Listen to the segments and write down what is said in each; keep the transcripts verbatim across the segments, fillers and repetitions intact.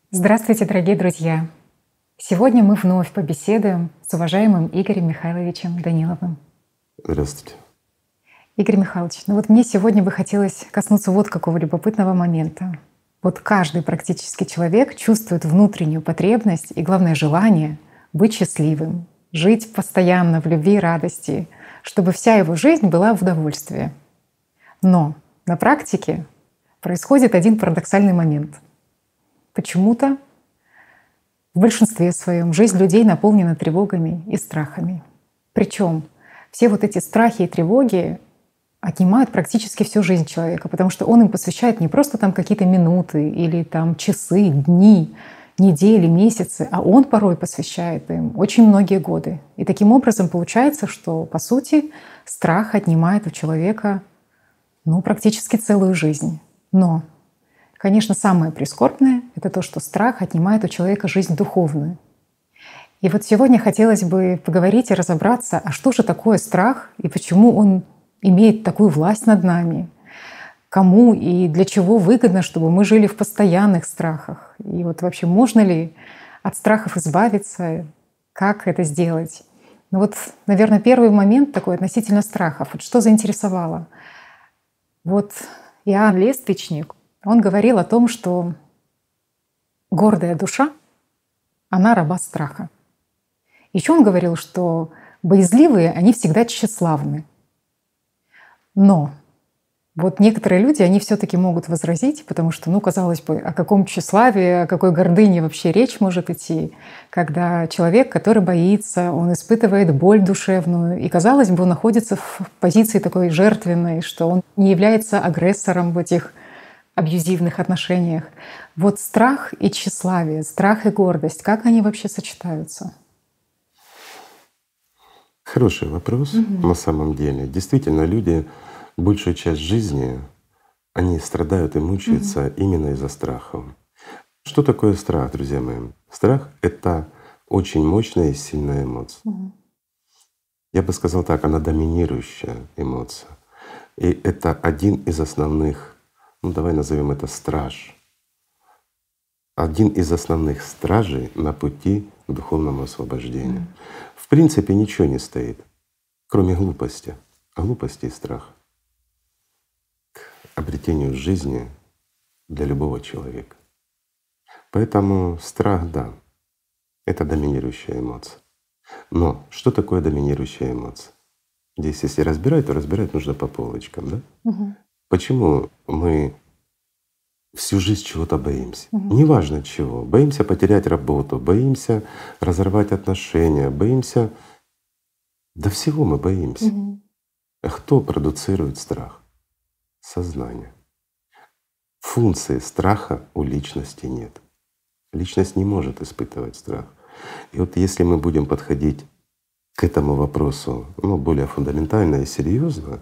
Здравствуйте, дорогие друзья! Сегодня мы вновь побеседуем с уважаемым Игорем Михайловичем Даниловым. Здравствуйте. Игорь Михайлович, ну вот мне сегодня бы хотелось коснуться вот какого любопытного момента. Вот каждый практически человек чувствует внутреннюю потребность и, главное, желание быть счастливым, жить постоянно в любви и радости, чтобы вся его жизнь была в удовольствии. Но на практике происходит один парадоксальный момент. Почему-то в большинстве своем жизнь людей наполнена тревогами и страхами. Причем все вот эти страхи и тревоги отнимают практически всю жизнь человека, потому что он им посвящает не просто там какие-то минуты или там часы, дни, недели, месяцы, а он порой посвящает им очень многие годы. И таким образом получается, что по сути страх отнимает у человека ну, практически целую жизнь. Но конечно, самое прискорбное — это то, что страх отнимает у человека жизнь духовную. И вот сегодня хотелось бы поговорить и разобраться, а что же такое страх и почему он имеет такую власть над нами, кому и для чего выгодно, чтобы мы жили в постоянных страхах. И вот вообще можно ли от страхов избавиться, как это сделать? Ну вот, наверное, первый момент такой относительно страхов. Вот что заинтересовало? Вот Иоанн Лествичник, он говорил о том, что гордая душа, она раба страха. Еще он говорил, что боязливые, они всегда тщеславны. Но вот некоторые люди, они все-таки могут возразить, потому что, ну, казалось бы, о каком тщеславии, о какой гордыне вообще речь может идти, когда человек, который боится, он испытывает боль душевную, и, казалось бы, он находится в позиции такой жертвенной, что он не является агрессором в этих абьюзивных отношениях. Вот страх и тщеславие, страх и гордость, как они вообще сочетаются? Хороший вопрос Угу. на самом деле. Действительно, люди большую часть жизни, они страдают и мучаются Угу. именно из-за страхов. Что такое страх, друзья мои? Страх — это очень мощная и сильная эмоция. Угу. Я бы сказал так, она доминирующая эмоция. И это один из основных, ну давай назовем это страж. Один из основных стражей на пути к духовному освобождению. Угу. В принципе, ничего не стоит, кроме глупости. Глупости и страх к обретению жизни для любого человека. Поэтому страх, да, это доминирующая эмоция. Но что такое доминирующая эмоция? Здесь, если разбирать, то разбирать нужно по полочкам, да? Угу. Почему мы всю жизнь чего-то боимся? Угу. Неважно чего. Боимся потерять работу, боимся разорвать отношения, боимся… Да всего мы боимся. Угу. А кто продуцирует страх? Сознание. Функции страха у личности нет. Личность не может испытывать страх. И вот если мы будем подходить к этому вопросу ну, более фундаментально и серьезно,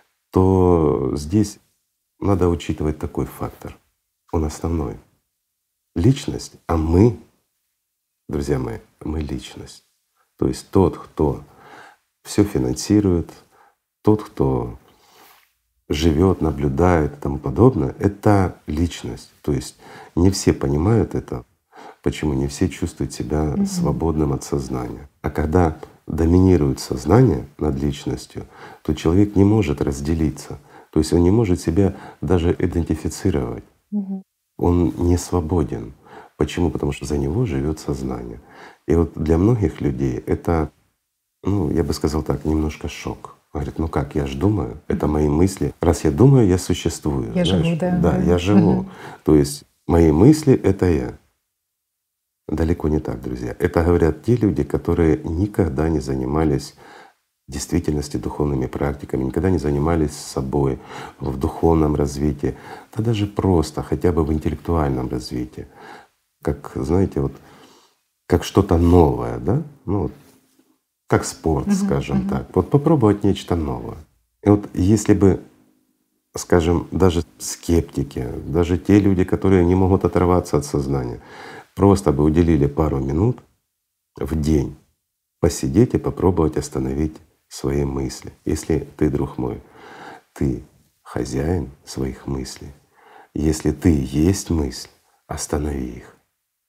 то здесь надо учитывать такой фактор. Он основной. Личность, а мы, друзья мои, мы личность. То есть тот, кто все финансирует, тот, кто живет, наблюдает и тому подобное, это личность. То есть не все понимают это. Почему? Не все чувствуют себя Угу. свободным от сознания. А когда доминирует сознание над личностью, то человек не может разделиться. То есть он не может себя даже идентифицировать. Угу. Он не свободен. Почему? Потому что за него живет сознание. И вот для многих людей это, ну, я бы сказал так, немножко шок. Говорит, ну как, я ж думаю, это мои мысли. Раз я думаю, я существую. Я знаешь? живу, да. Да, я живу. Угу. То есть мои мысли — это я. Далеко не так, друзья. Это говорят те люди, которые никогда не занимались в действительности духовными практиками, никогда не занимались собой в духовном развитии, да даже просто хотя бы в интеллектуальном развитии. Как, знаете, вот как что-то новое, да? Ну, вот, как спорт, Угу. скажем Угу. так. Вот попробовать нечто новое. И вот если бы, скажем, даже скептики, даже те люди, которые не могут оторваться от сознания, просто бы уделили пару минут в день посидеть и попробовать остановить свои мысли. Если ты, друг мой, ты хозяин своих мыслей, если ты есть мысль, останови их.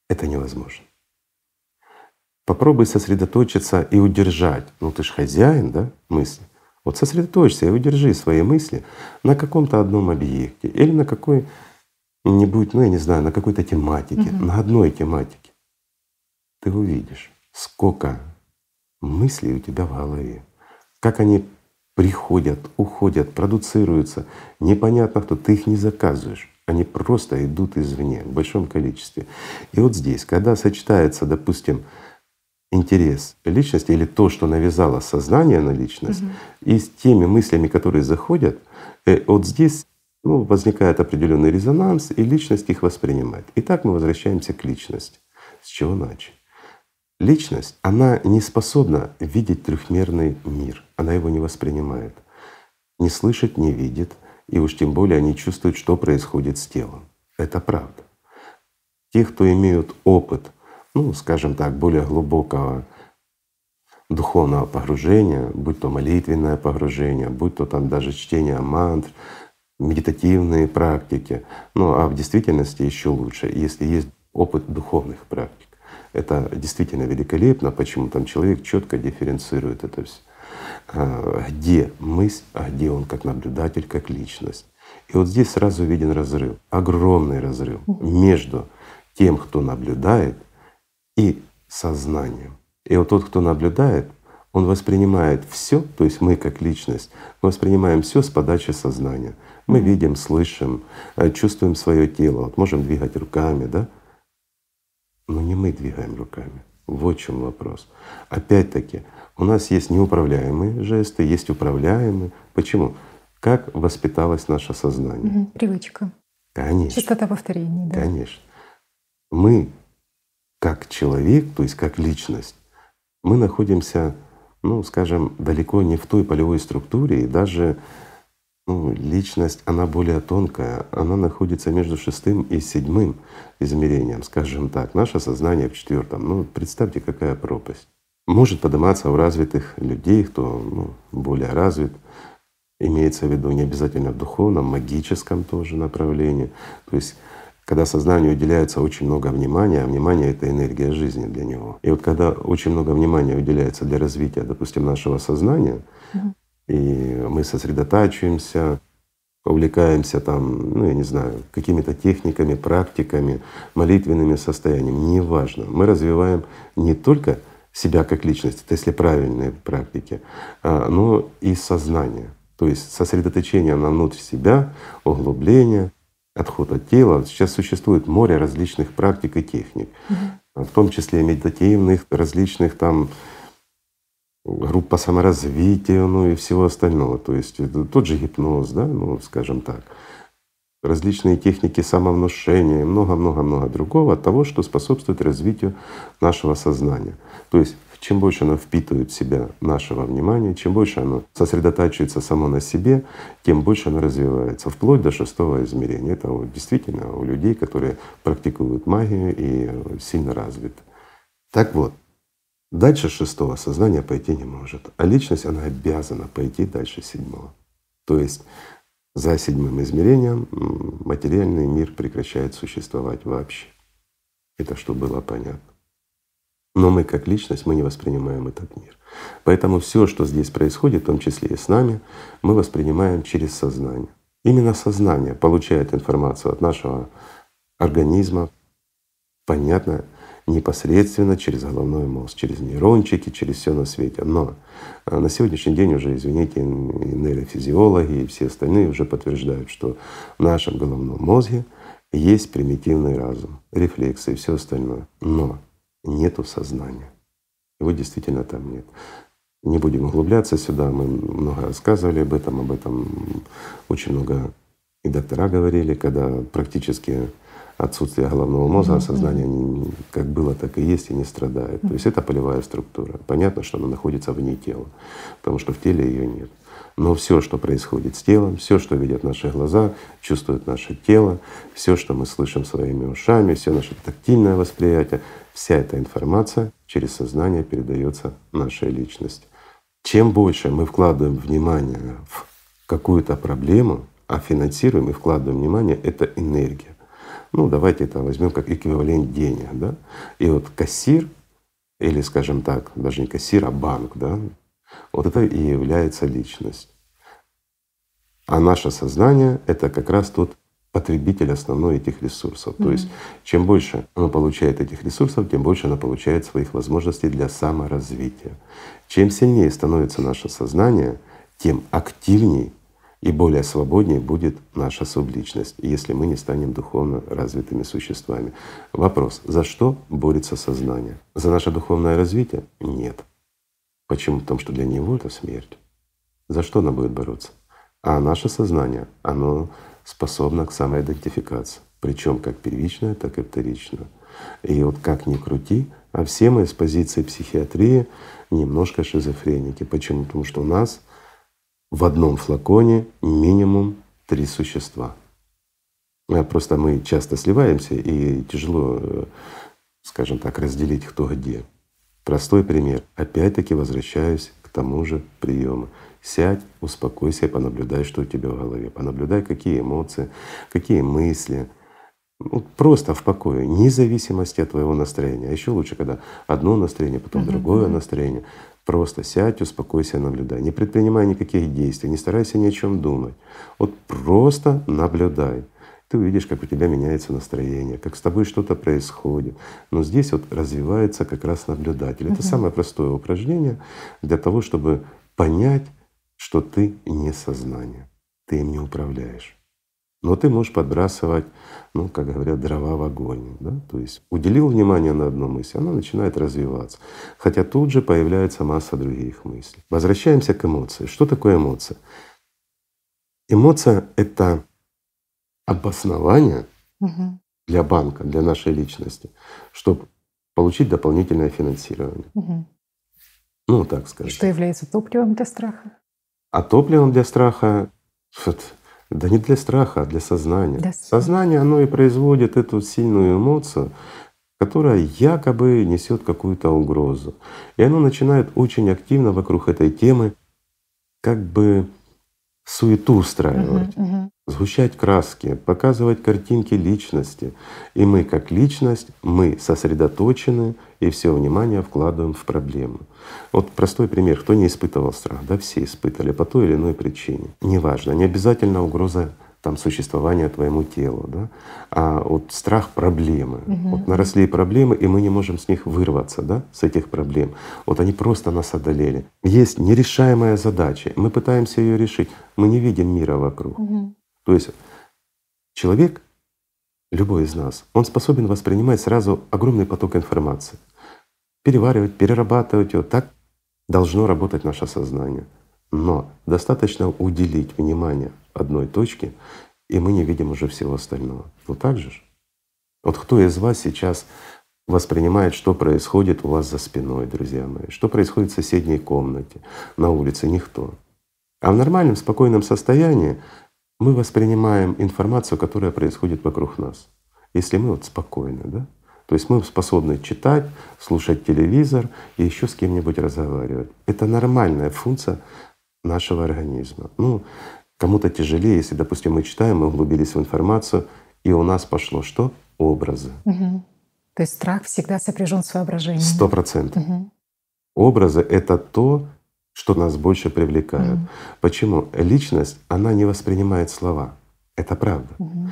Это невозможно. Попробуй сосредоточиться и удержать. Ну ты ж хозяин, да, мысли. Вот сосредоточься и удержи свои мысли на каком-то одном объекте или на какой-нибудь, ну я не знаю, на какой-то тематике, Мгм. на одной тематике. Ты увидишь, сколько мыслей у тебя в голове, как они приходят, уходят, продуцируются. Непонятно кто, ты их не заказываешь, они просто идут извне в большом количестве. И вот здесь, когда сочетается, допустим, интерес личности или то, что навязало сознание на личность, Мгм. и с теми мыслями, которые заходят, э, вот здесь ну, возникает определенный резонанс, и личность их воспринимает. Итак, мы возвращаемся к личности. С чего начать? Личность, она не способна видеть трехмерный мир, она его не воспринимает, не слышит, не видит, и уж тем более не чувствует, что происходит с телом. Это правда. Те, кто имеют опыт, ну, скажем так, более глубокого духовного погружения, будь то молитвенное погружение, будь то там даже чтение мантр, медитативные практики, ну а в действительности еще лучше, если есть опыт духовных практик. Это действительно великолепно, почему там человек четко дифференцирует это все. Где мысль, а где он как наблюдатель, как личность. И вот здесь сразу виден разрыв, огромный разрыв между тем, кто наблюдает, и сознанием. И вот тот, кто наблюдает, он воспринимает все, то есть мы как личность, мы воспринимаем все с подачи сознания. Мы видим, слышим, чувствуем свое тело, вот можем двигать руками, да? Но не мы двигаем руками. Вот в чем вопрос. Опять-таки, у нас есть неуправляемые жесты, есть управляемые. Почему? Как воспиталось наше сознание? Мгм. Привычка. Конечно. Частота повторений, да. Конечно. Мы как человек, то есть как личность, мы находимся, ну, скажем, далеко не в той полевой структуре, и даже ну, личность, она более тонкая, она находится между шестым и седьмым измерением, скажем так. Наше сознание в четвертом. Ну, представьте, какая пропасть. Может подниматься у развитых людей, кто ну, более развит, имеется в виду не обязательно в духовном, магическом тоже направлении. То есть когда сознанию уделяется очень много внимания, а внимание — это энергия жизни для него. И вот когда очень много внимания уделяется для развития, допустим, нашего сознания, Мгм. и мы сосредотачиваемся, увлекаемся там, ну я не знаю, какими-то техниками, практиками, молитвенными состояниями, неважно. Мы развиваем не только себя как личность, это если правильные практики, а, но и сознание. То есть сосредоточение на внутрь себя, углубление, отход от тела. Сейчас существует море различных практик и техник, в том числе медитативных, различных там групп по саморазвитию, ну и всего остального. То есть это тот же гипноз, да, ну скажем так, различные техники самовнушения, много-много-много другого от того, что способствует развитию нашего сознания. То есть чем больше оно впитывает в себя нашего внимания, чем больше оно сосредотачивается само на себе, тем больше оно развивается, вплоть до шестого измерения. Это вот действительно у людей, которые практикуют магию и сильно развиты. Так вот, дальше шестого сознание пойти не может, а личность, она обязана пойти дальше седьмого. То есть за седьмым измерением материальный мир прекращает существовать вообще. Это чтобы было понятно. Но мы как личность, мы не воспринимаем этот мир. Поэтому все, что здесь происходит, в том числе и с нами, мы воспринимаем через сознание. Именно сознание получает информацию от нашего организма, понятно, непосредственно через головной мозг, через нейрончики, через все на свете. Но на сегодняшний день уже, извините, и нейрофизиологи и все остальные уже подтверждают, что в нашем головном мозге есть примитивный разум, рефлексы и все остальное. Но нету сознания. Его действительно там нет. Не будем углубляться сюда, мы много рассказывали об этом, об этом очень много и доктора говорили, когда практически отсутствие головного мозга, а сознание не- как было, так и есть и не страдает. То есть это полевая структура. Понятно, что она находится вне тела, потому что в теле ее нет. Но все, что происходит с телом, все, что видят наши глаза, чувствует наше тело, все, что мы слышим своими ушами, все наше тактильное восприятие, вся эта информация через сознание передается нашей личности. Чем больше мы вкладываем внимание в какую-то проблему, а финансируем и вкладываем внимание — это энергия. Ну, давайте это возьмем как эквивалент денег, да? И вот кассир, или, скажем так, даже не кассир, а банк, да, вот это и является личность. А наше сознание — это как раз тот потребитель основной этих ресурсов. Mm-hmm. То есть чем больше оно получает этих ресурсов, тем больше оно получает своих возможностей для саморазвития. Чем сильнее становится наше сознание, тем активнее и более свободнее будет наша субличность, если мы не станем духовно развитыми существами. Вопрос: за что борется сознание? За наше духовное развитие? Нет. Почему? Потому что для него это смерть. За что оно будет бороться? А наше сознание, оно способно к самоидентификации, причем как первичное, так и вторичное. И вот как ни крути, а все мы с позиции психиатрии немножко шизофреники. Почему? Потому что у нас в одном флаконе минимум три существа. Просто мы часто сливаемся и тяжело, скажем так, разделить кто где. Простой пример. Опять-таки возвращаюсь к тому же приему. Сядь, успокойся, понаблюдай, что у тебя в голове. Понаблюдай, какие эмоции, какие мысли. Ну, просто в покое, вне зависимости от твоего настроения. А еще лучше, когда одно настроение, потом uh-huh, другое uh-huh. настроение. Просто сядь, успокойся, наблюдай. Не предпринимай никаких действий, не старайся ни о чем думать. Вот просто наблюдай. Ты увидишь, как у тебя меняется настроение, как с тобой что-то происходит. Но здесь вот развивается как раз наблюдатель. Uh-huh. Это самое простое упражнение для того, чтобы понять, что ты не сознание, ты им не управляешь. Но ты можешь подбрасывать, ну, как говорят, дрова в огонь. Да? То есть уделил внимание на одну мысль, она начинает развиваться. Хотя тут же появляется масса других мыслей. Возвращаемся к эмоции. Что такое эмоция? Эмоция — это обоснование угу. для банка, для нашей личности, чтобы получить дополнительное финансирование. Угу. Ну, так сказать. Что является топливом для страха? А топливом для страха, да не для страха, а для сознания. Для Сознание, оно и производит эту сильную эмоцию, которая якобы несет какую-то угрозу. И оно начинает очень активно вокруг этой темы как бы суету устраивать, uh-huh, uh-huh. сгущать краски, показывать картинки личности. И мы как личность, мы сосредоточены и все внимание вкладываем в проблему. Вот простой пример. Кто не испытывал страх? Да, все испытывали по той или иной причине. Неважно, не обязательно угроза там существования твоему телу, да? А вот страх проблемы. Угу. Вот наросли проблемы, и мы не можем с них вырваться, да, с этих проблем. Вот они просто нас одолели. Есть нерешаемая задача, мы пытаемся ее решить, мы не видим мира вокруг. Угу. То есть человек, любой из нас, он способен воспринимать сразу огромный поток информации, переваривать, перерабатывать его. Так должно работать наше сознание. Но достаточно уделить внимание одной точке, и мы не видим уже всего остального. Вот так же? Вот кто из вас сейчас воспринимает, что происходит у вас за спиной, друзья мои, что происходит в соседней комнате, на улице? Никто. А в нормальном, спокойном состоянии мы воспринимаем информацию, которая происходит вокруг нас. Если мы вот спокойны, да? То есть мы способны читать, слушать телевизор и еще с кем-нибудь разговаривать. Это нормальная функция нашего организма. Ну, кому-то тяжелее, если, допустим, мы читаем, мы углубились в информацию, и у нас пошло что? Образы. Угу. То есть страх всегда сопряжен с воображением. Сто процентов. Угу. Образы — это то, что нас больше привлекает. Угу. Почему? Личность, она не воспринимает слова. Это правда. Угу.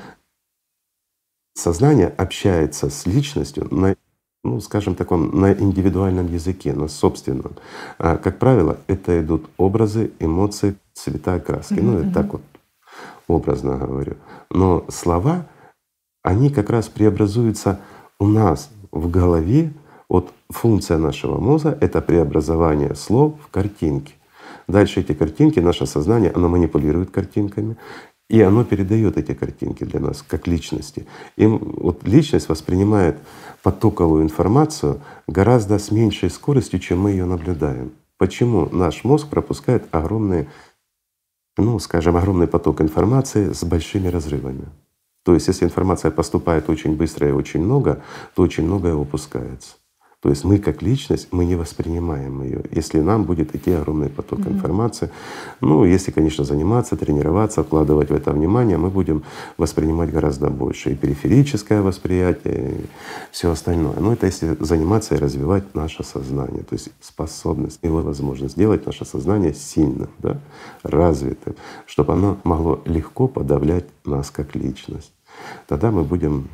Сознание общается с личностью на, ну, скажем таком, на индивидуальном языке, на собственном. А, как правило, это идут образы, эмоции, цвета, краски. Mm-hmm. Ну, это так вот образно говорю. Но слова, они как раз преобразуются у нас в голове. Вот функция нашего мозга — это преобразование слов в картинки. Дальше эти картинки, наше сознание, оно манипулирует картинками. И оно передает эти картинки для нас как личности. И вот личность воспринимает потоковую информацию гораздо с меньшей скоростью, чем мы ее наблюдаем. Почему наш мозг пропускает огромный, ну, скажем, огромный поток информации с большими разрывами? То есть, если информация поступает очень быстро и очень много, то очень многое упускается. То есть мы как личность, мы не воспринимаем ее, если нам будет идти огромный поток Мгм. информации. Ну, если, конечно, заниматься, тренироваться, вкладывать в это внимание, мы будем воспринимать гораздо больше. И периферическое восприятие, и все остальное. Но это если заниматься и развивать наше сознание, то есть способность, его возможность сделать наше сознание сильным, да, развитым, чтобы оно могло легко подавлять нас как личность. Тогда мы будем,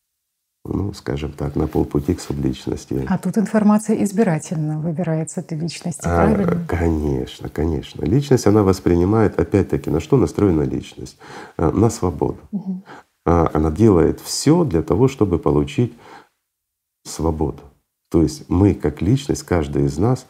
ну, скажем так, на полпути к субличности. А тут информация избирательно выбирается для личности, А, правильно? конечно, конечно. Личность, она воспринимает, опять-таки, на что настроена личность? А, На свободу. Мгм. А, Она делает все для того, чтобы получить свободу. То есть мы как личность, каждый из нас,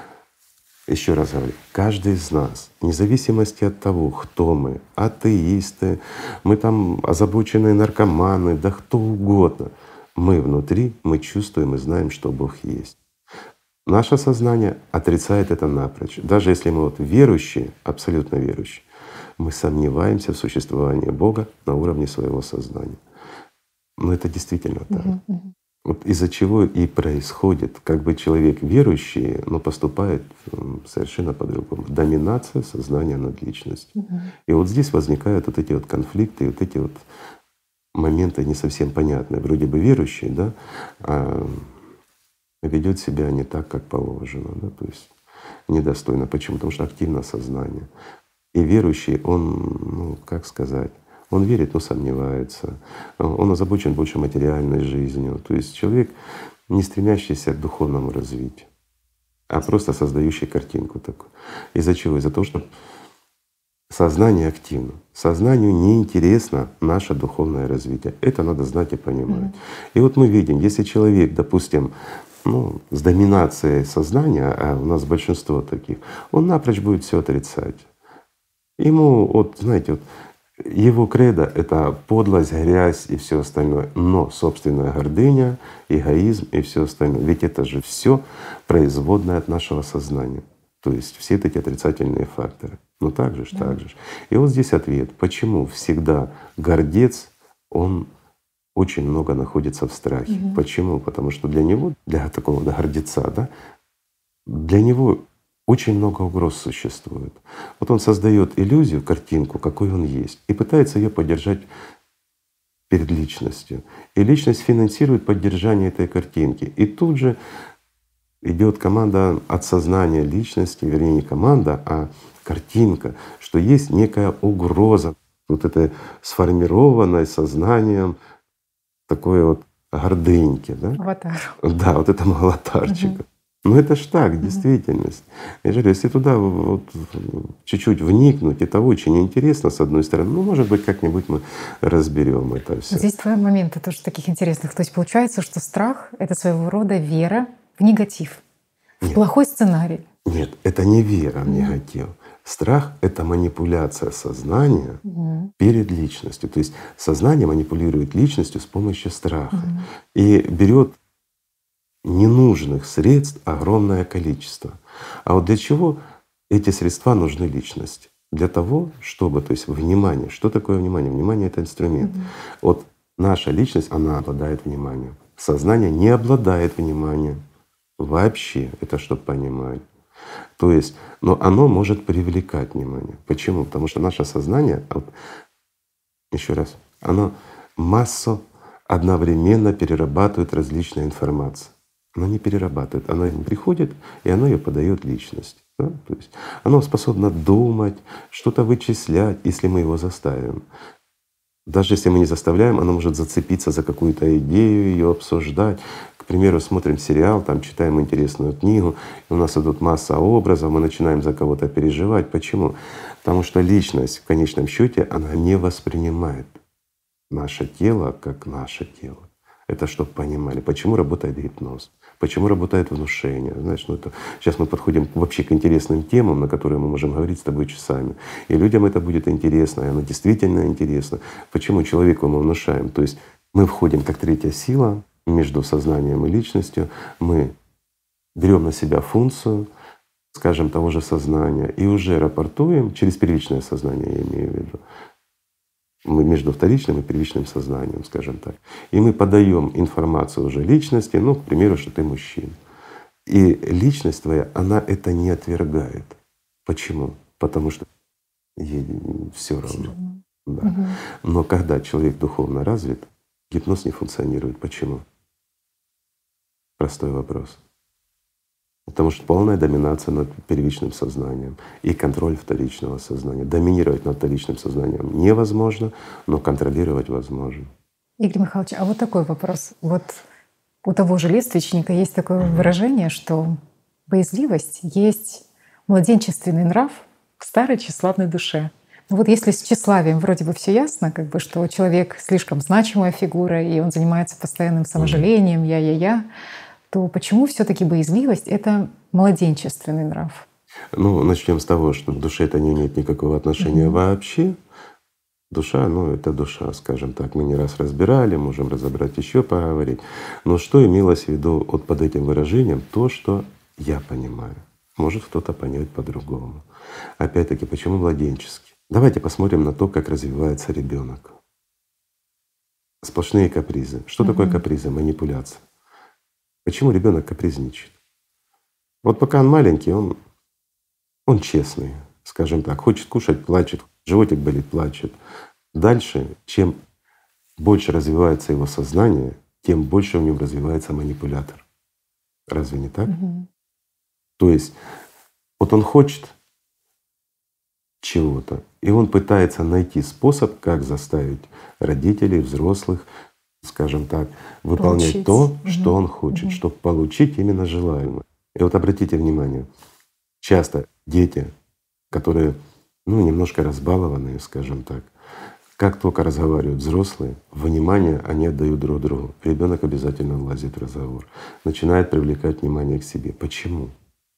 еще раз говорю, каждый из нас, вне зависимости от того, кто мы, атеисты, мы там озабоченные наркоманы, да кто угодно, мы внутри, мы чувствуем и знаем, что Бог есть. Наше сознание отрицает это напрочь. Даже если мы вот верующие, абсолютно верующие, мы сомневаемся в существовании Бога на уровне своего сознания. Но это действительно так. Мгм. Мгм. Вот из-за чего и происходит, как бы человек верующий, но поступает м, совершенно по-другому. Доминация сознания над личностью. Мгм. И вот здесь возникают вот эти вот конфликты, вот эти вот моменты не совсем понятные. Вроде бы верующий, да, а ведет себя не так, как положено, да, то есть недостойно. Почему? Потому что активно сознание. И верующий, он, ну, как сказать, он верит, но сомневается. Он озабочен больше материальной жизнью. То есть человек, не стремящийся к духовному развитию, а просто создающий картинку такую. Из-за чего? Из-за того, что сознание активно. Сознанию неинтересно наше духовное развитие. Это надо знать и понимать. Мгм. И вот мы видим, если человек, допустим, ну, с доминацией сознания, а у нас большинство таких, он напрочь будет все отрицать. Ему, вот, знаете, вот его кредо — это подлость, грязь и все остальное, но собственная гордыня, эгоизм и все остальное. Ведь это же все производное от нашего сознания. То есть все эти отрицательные факторы. Ну так же ж, Да. так же ж. И вот здесь ответ, почему всегда гордец, он очень много находится в страхе. Мгм. Почему? Потому что для него, для такого да, гордеца, да, для него очень много угроз существует. Вот он создает иллюзию, картинку, какой он есть, и пытается ее поддержать перед личностью. И личность финансирует поддержание этой картинки. И тут же идет команда от сознания личности, вернее не команда, а картинка, что есть некая угроза вот этой сформированной сознанием такой вот гордыньки, да? Аватар. Да, вот этому аватарчику. Мгм. Ну это ж так, Мгм. действительность. Я же говорю, если туда вот чуть-чуть вникнуть, это очень интересно, с одной стороны. Ну, может быть, как-нибудь мы разберем это Вот все. здесь твои моменты тоже таких интересных. То есть получается, что страх — это своего рода вера в негатив, в Нет, плохой сценарий. нет, это не вера в Мгм. негатив. Страх — это манипуляция сознания Мгм. перед личностью. То есть сознание манипулирует личностью с помощью страха Мгм. и берет ненужных средств огромное количество. А вот для чего эти средства нужны личности? Для того, чтобы, то есть внимание. Что такое внимание? Внимание — это инструмент. Мгм. Вот наша личность, она обладает вниманием. Сознание не обладает вниманием вообще. Это чтобы понимать. То есть, но оно может привлекать внимание. Почему? Потому что наше сознание, вот, еще раз, оно массу одновременно перерабатывает различные информации. Оно не перерабатывает, оно приходит и оно ее подает личности. Да? То есть оно способно думать, что-то вычислять, если мы его заставим. Даже если мы не заставляем, оно может зацепиться за какую-то идею, ее обсуждать. К примеру, смотрим сериал, там читаем интересную книгу, и у нас идут масса образов, мы начинаем за кого-то переживать. Почему? Потому что личность в конечном счете она не воспринимает наше тело как наше тело. Это чтобы понимали, почему работает гипноз, почему работает внушение. Знаешь, ну это сейчас мы подходим вообще к интересным темам, на которые мы можем говорить с тобой часами. И людям это будет интересно, и оно действительно интересно. Почему человеку мы внушаем? То есть мы входим как третья сила между сознанием и личностью, мы берем на себя функцию, скажем, того же сознания и уже рапортуем через первичное сознание, я имею в виду, Мы между вторичным и первичным сознанием, скажем так. И мы подаем информацию уже личности, ну, к примеру, что ты мужчина. И личность твоя, она это не отвергает. Почему? Потому что ей все равно. Да. Мгм. Но когда человек духовно развит, гипноз не функционирует. Почему? Простой вопрос. Потому что полная доминация над первичным сознанием и контроль вторичного сознания. Доминировать над вторичным сознанием невозможно, но контролировать возможно. Игорь Михайлович, а вот такой вопрос. Вот у того же лествичника есть такое выражение, что боязливость есть младенчественный нрав в старой тщеславной душе. Ну вот если с тщеславием вроде бы все ясно, как бы, что человек слишком значимая фигура, и он занимается постоянным саможалением, я-я-я, то почему все таки боязливость — это младенчественный нрав? Ну, начнем с того, что к душе это не имеет никакого отношения Мгм. вообще. Душа, ну это душа, скажем так. Мы не раз разбирали, можем разобрать, еще поговорить. Но что имелось в виду вот под этим выражением? То, что я понимаю. Может кто-то понять по-другому. Опять-таки, почему младенческий? Давайте посмотрим на то, как развивается ребенок. Сплошные капризы. Что такое Мгм. капризы? Манипуляция. Почему ребенок капризничает? Вот пока он маленький, он, он честный, скажем так. Хочет кушать — плачет, животик болит — плачет. Дальше, чем больше развивается его сознание, тем больше в нем развивается манипулятор. Разве не так? Мгм. То есть вот он хочет чего-то, и он пытается найти способ, как заставить родителей, взрослых, скажем так, выполнять Получить. то, Мгм. что он хочет, Мгм. чтобы получить именно желаемое. И вот обратите внимание, часто дети, которые ну немножко разбалованные, скажем так, как только разговаривают взрослые, внимание они отдают друг другу. Ребенок обязательно влазит в разговор, начинает привлекать внимание к себе. Почему?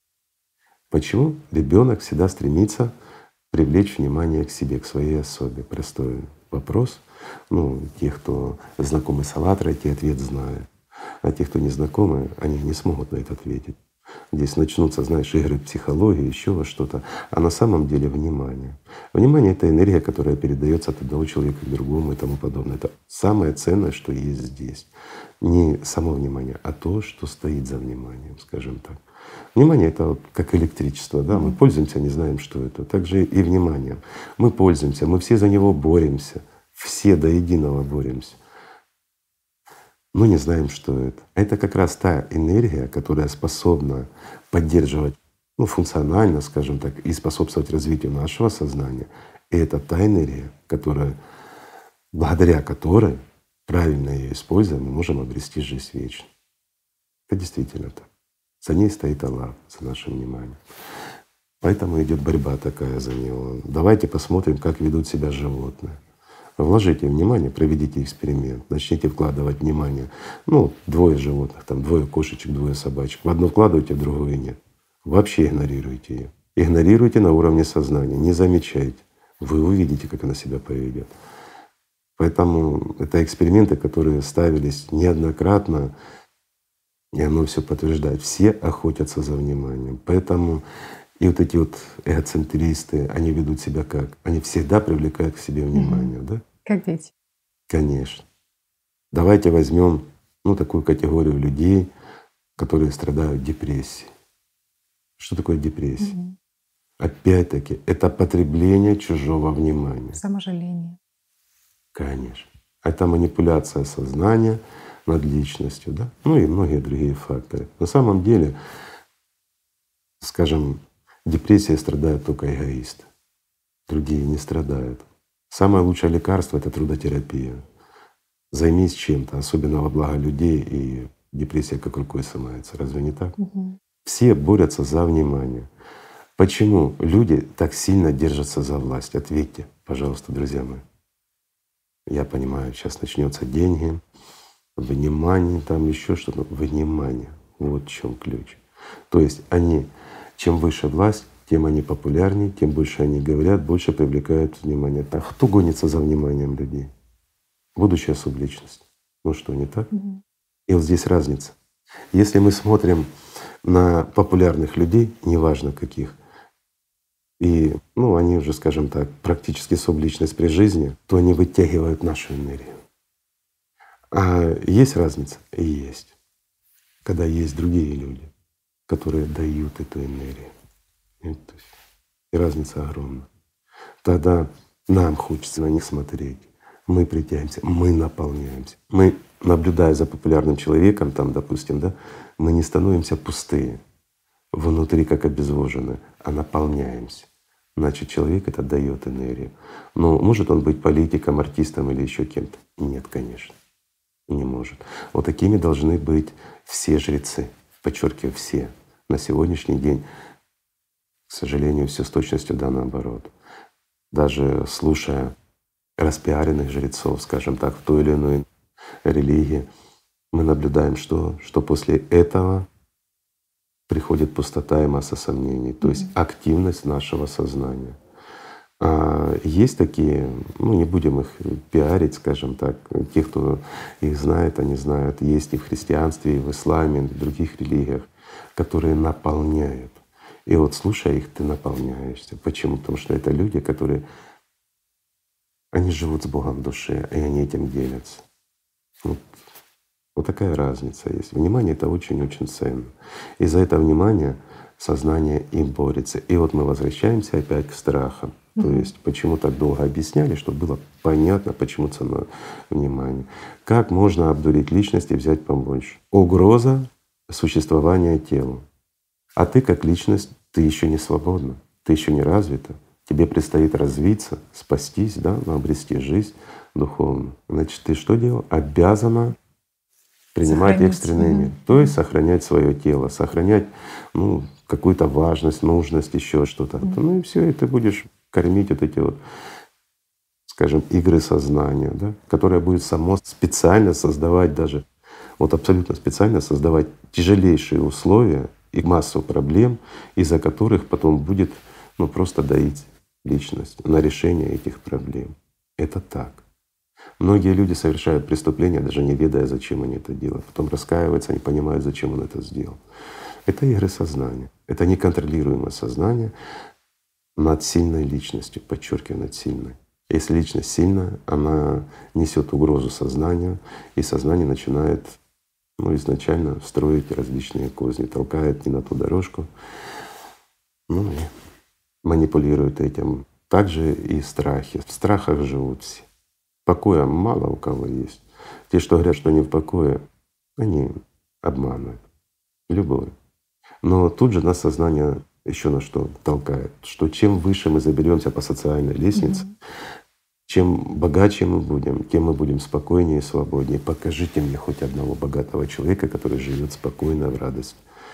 Почему ребенок всегда стремится привлечь внимание к себе, к своей особе? Простой вопрос. Ну, те, кто знакомы с «АЛЛАТРАой», те ответ знают. А те, кто не знакомы, они не смогут на это ответить. Здесь начнутся, знаешь, игры психологии, еще во что-то. А на самом деле внимание. Внимание — это энергия, которая передается от одного человека к другому и тому подобное. Это самое ценное, что есть здесь. Не само внимание, а то, что стоит за вниманием, скажем так. Внимание — это вот как электричество, да, мы пользуемся, не знаем, что это. Так же и вниманием. Мы пользуемся, мы все за него боремся, все до единого боремся. Но не знаем, что это. Это как раз та энергия, которая способна поддерживать, ну, функционально, скажем так, и способствовать развитию нашего сознания. И это та энергия, которая, благодаря которой, правильно ее используя, мы можем обрести жизнь вечную. Это действительно так. За ней стоит Аллах, за нашим вниманием. Поэтому идет борьба такая за него. Давайте посмотрим, как ведут себя животные. Вложите внимание, проведите эксперимент, начните вкладывать внимание. Ну, двое животных, там двое кошечек, двое собачек. В одну вкладываете, в другую нет. Вообще игнорируйте ее. Игнорируйте на уровне сознания, не замечайте. Вы увидите, как она себя поведет. Поэтому это эксперименты, которые ставились неоднократно, и оно все подтверждает. Все охотятся за вниманием. Поэтому и вот эти вот эгоцентристы, они ведут себя как? Они всегда привлекают к себе внимание, да? Как дети. Конечно. Давайте возьмем ну, такую категорию людей, которые страдают депрессией. Что такое депрессия? Мгм. Опять-таки, это потребление чужого внимания. Саможаление. Конечно. Это манипуляция сознания над личностью, да? Ну и многие другие факторы. На самом деле, скажем, депрессией страдают только эгоисты. Другие не страдают. Самое лучшее лекарство — это трудотерапия. Займись чем-то, особенно во благо людей, и депрессия как рукой сымается. Разве не так? Мгм. Все борются за внимание. Почему люди так сильно держатся за власть? Ответьте, пожалуйста, друзья мои. Я понимаю, сейчас начнется деньги, внимание, там еще что-то. Внимание. Вот в чем ключ. То есть они, чем выше власть, тем они популярнее, тем больше они говорят, больше привлекают внимание. А кто гонится за вниманием людей? Будущая субличность. Ну что, не так? Мгм. И вот здесь разница. Если мы смотрим на популярных людей, неважно каких, и ну, они уже, скажем так, практически субличность при жизни, то они вытягивают нашу энергию. А есть разница? Есть. Когда есть другие люди, которые дают эту энергию. И, то есть, и разница огромна. Тогда нам хочется на них смотреть. Мы притягиваемся, мы наполняемся. Мы, наблюдая за популярным человеком, там, допустим, да, мы не становимся пустые, внутри как обезвоженные, а наполняемся. Значит, человек это дает энергию. Но может он быть политиком, артистом или еще кем-то? Нет, конечно, не может. Вот такими должны быть все жрецы, подчеркиваю, все. На сегодняшний день, к сожалению, все с точностью да наоборот. Даже слушая распиаренных жрецов, скажем так, в той или иной религии, мы наблюдаем, что, что после этого приходит пустота и масса сомнений, то есть активность нашего сознания. А есть такие, ну не будем их пиарить, скажем так, те, кто их знает, они знают, есть и в христианстве, и в исламе, и в других религиях, которые наполняют. И вот слушая их, ты наполняешься. Почему? Потому что это люди, которые они живут с Богом в душе, и они этим делятся. Вот, вот такая разница есть. Внимание — это очень-очень ценно. И за это внимание сознание и борется. И вот мы возвращаемся опять к страхам. Mm-hmm. То есть почему так долго объясняли, чтобы было понятно, почему ценно внимание. Как можно обдурить личность и взять побольше? Угроза существования телу. А ты как личность, ты еще не свободна, ты еще не развита. Тебе предстоит развиться, спастись, да, обрести жизнь духовную. Значит, ты что делал? Обязана принимать сохранять экстренные меры, то есть сохранять свое тело, сохранять ну, какую-то важность, нужность, еще что-то. Mm-hmm. Ну и все, и ты будешь кормить вот эти вот, скажем, игры сознания, да, которое будет само специально создавать даже, вот абсолютно специально создавать тяжелейшие условия и массу проблем, из-за которых потом будет ну, просто доить личность на решение этих проблем. Это так. Многие люди совершают преступления, даже не ведая, зачем они это делают. Потом раскаиваются, они понимают, зачем он это сделал. Это игры сознания. Это неконтролируемое сознание над сильной личностью, подчеркиваю, над сильной. Если личность сильная, она несет угрозу сознанию, и сознание начинает ну, изначально строить различные козни, толкает не на ту дорожку, ну и манипулирует этим. Также и страхи. В страхах живут все. Покоя мало у кого есть. Те, что говорят, что они в покое, они обманывают. Любой. Но тут же нас сознание еще на что толкает, что чем выше мы заберемся по социальной лестнице, mm-hmm. чем богаче мы будем, тем мы будем спокойнее и свободнее. Покажите мне хоть одного богатого человека, который живет спокойно в радости.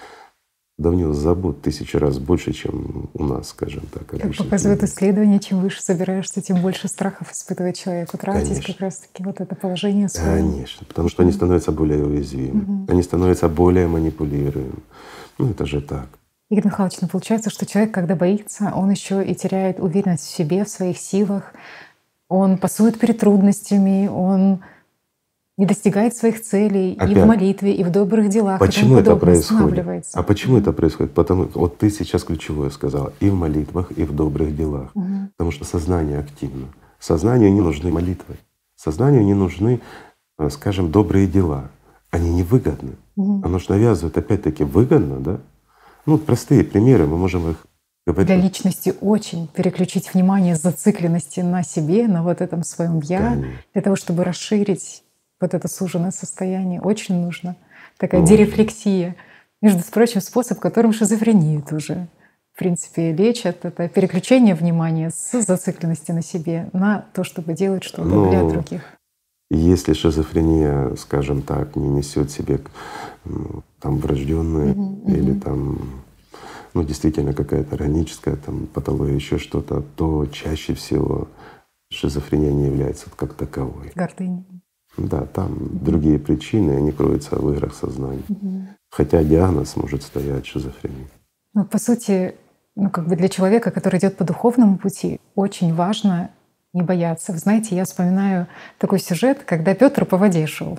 Да у него забот тысячу раз больше, чем у нас, скажем так. Как показывает исследование, чем выше собираешься, тем больше страхов испытывает человек. Утратить Конечно. Как раз-таки вот это положение свое. Конечно, потому что они становятся более уязвимы, угу. они становятся более манипулируемы. Ну это же так. Игорь Михайлович, ну получается, что человек, когда боится, он еще и теряет уверенность в себе, в своих силах, он пасует перед трудностями, он не достигает своих целей Опять. И в молитве, и в добрых делах. Почему это происходит? А почему mm-hmm. это происходит? Потому что вот ты сейчас ключевое сказала: и в молитвах, и в добрых делах. Mm-hmm. Потому что сознание активно. Сознанию не нужны молитвы, сознанию не нужны, скажем, добрые дела. Они невыгодны. Mm-hmm. Оно же навязывает опять-таки выгодно, да? Ну, простые примеры, мы можем их говорить. Для личности очень переключить внимание с зацикленности на себе, на вот этом своем я, Конечно. Для того, чтобы расширить вот это суженное состояние, очень нужно. Такая Можно. Дерефлексия. Между прочим, способ, которым шизофрению тоже, в принципе, лечат. Это переключение внимания с зацикленности на себе на то, чтобы делать что-то ну, для других. Если шизофрения, скажем так, не несет в себе ну, там врожденные угу, или угу. там ну, действительно какая-то органическая там, патология, еще что-то, то чаще всего шизофрения не является как таковой. Гордыня. Да, там mm-hmm. другие причины, они кроются в играх сознания. Mm-hmm. Хотя диагноз может стоять шизофрения. Ну, по сути, ну, как бы для человека, который идет по духовному пути, очень важно не бояться. Вы знаете, я вспоминаю такой сюжет, когда Петр по воде шел.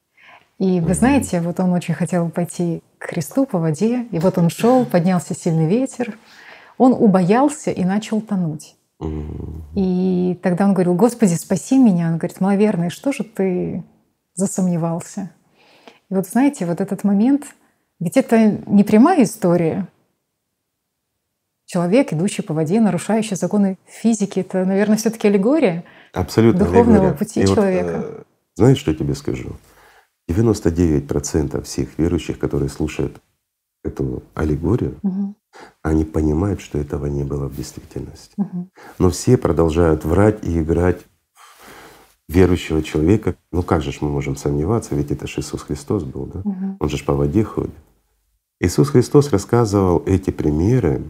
И вы mm-hmm. знаете, вот он очень хотел пойти к Христу по воде, и вот он шел, поднялся сильный ветер, он убоялся и начал тонуть. И тогда он говорил: «Господи, спаси меня». Он говорит: «Маловерный, что же ты засомневался?» И вот знаете, вот этот момент, ведь это не прямая история. Человек, идущий по воде, нарушающий законы физики, это, наверное, все-таки аллегория Абсолютно духовного аллегория. пути И человека. Вот, э, знаешь, что я тебе скажу? девяносто девять процентов всех верующих, которые слушают эту аллегорию, Угу. они понимают, что этого не было в действительности. Угу. Но все продолжают врать и играть в верующего человека. Ну как же ж мы можем сомневаться, ведь это же Иисус Христос был, да? Угу. Он же ж по воде ходит. Иисус Христос рассказывал эти примеры,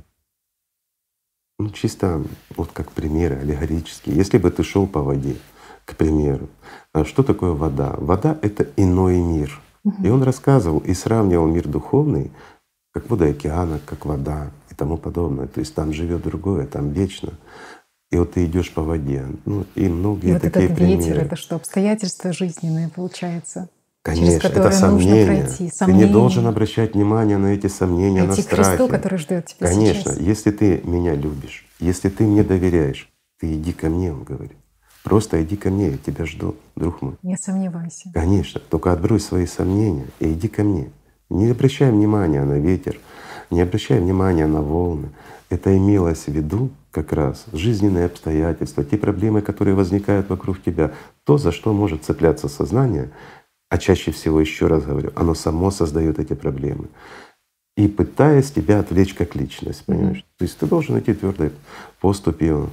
ну чисто вот как примеры аллегорические. Если бы ты шел по воде, к примеру, а что такое вода? Вода — это иной мир. Угу. И он рассказывал и сравнивал мир духовный, как вода океана, как вода и тому подобное. То есть там живет другое, там вечно. И вот ты идешь по воде, ну и многие И вот такие этот примеры. ветер — это что, обстоятельства жизненные, получается? Конечно, через это которые нужно сомнения. пройти. Ты Сомнения. не должен обращать внимание на эти сомнения, на Идти к страхи. Христу, который ждет тебя Конечно, сейчас. если ты меня любишь, если ты мне доверяешь, ты иди ко мне, он говорит. Просто иди ко мне, я тебя жду, друг мой. Не сомневайся. Конечно, только отбрось свои сомнения и иди ко мне. Не обращай внимания на ветер, не обращай внимания на волны. Это имелось в виду как раз жизненные обстоятельства, те проблемы, которые возникают вокруг тебя, то, за что может цепляться сознание, а чаще всего, еще раз говорю, оно само создает эти проблемы. И пытаясь тебя отвлечь как личность, понимаешь? Mm-hmm. То есть ты должен идти твердой поступью.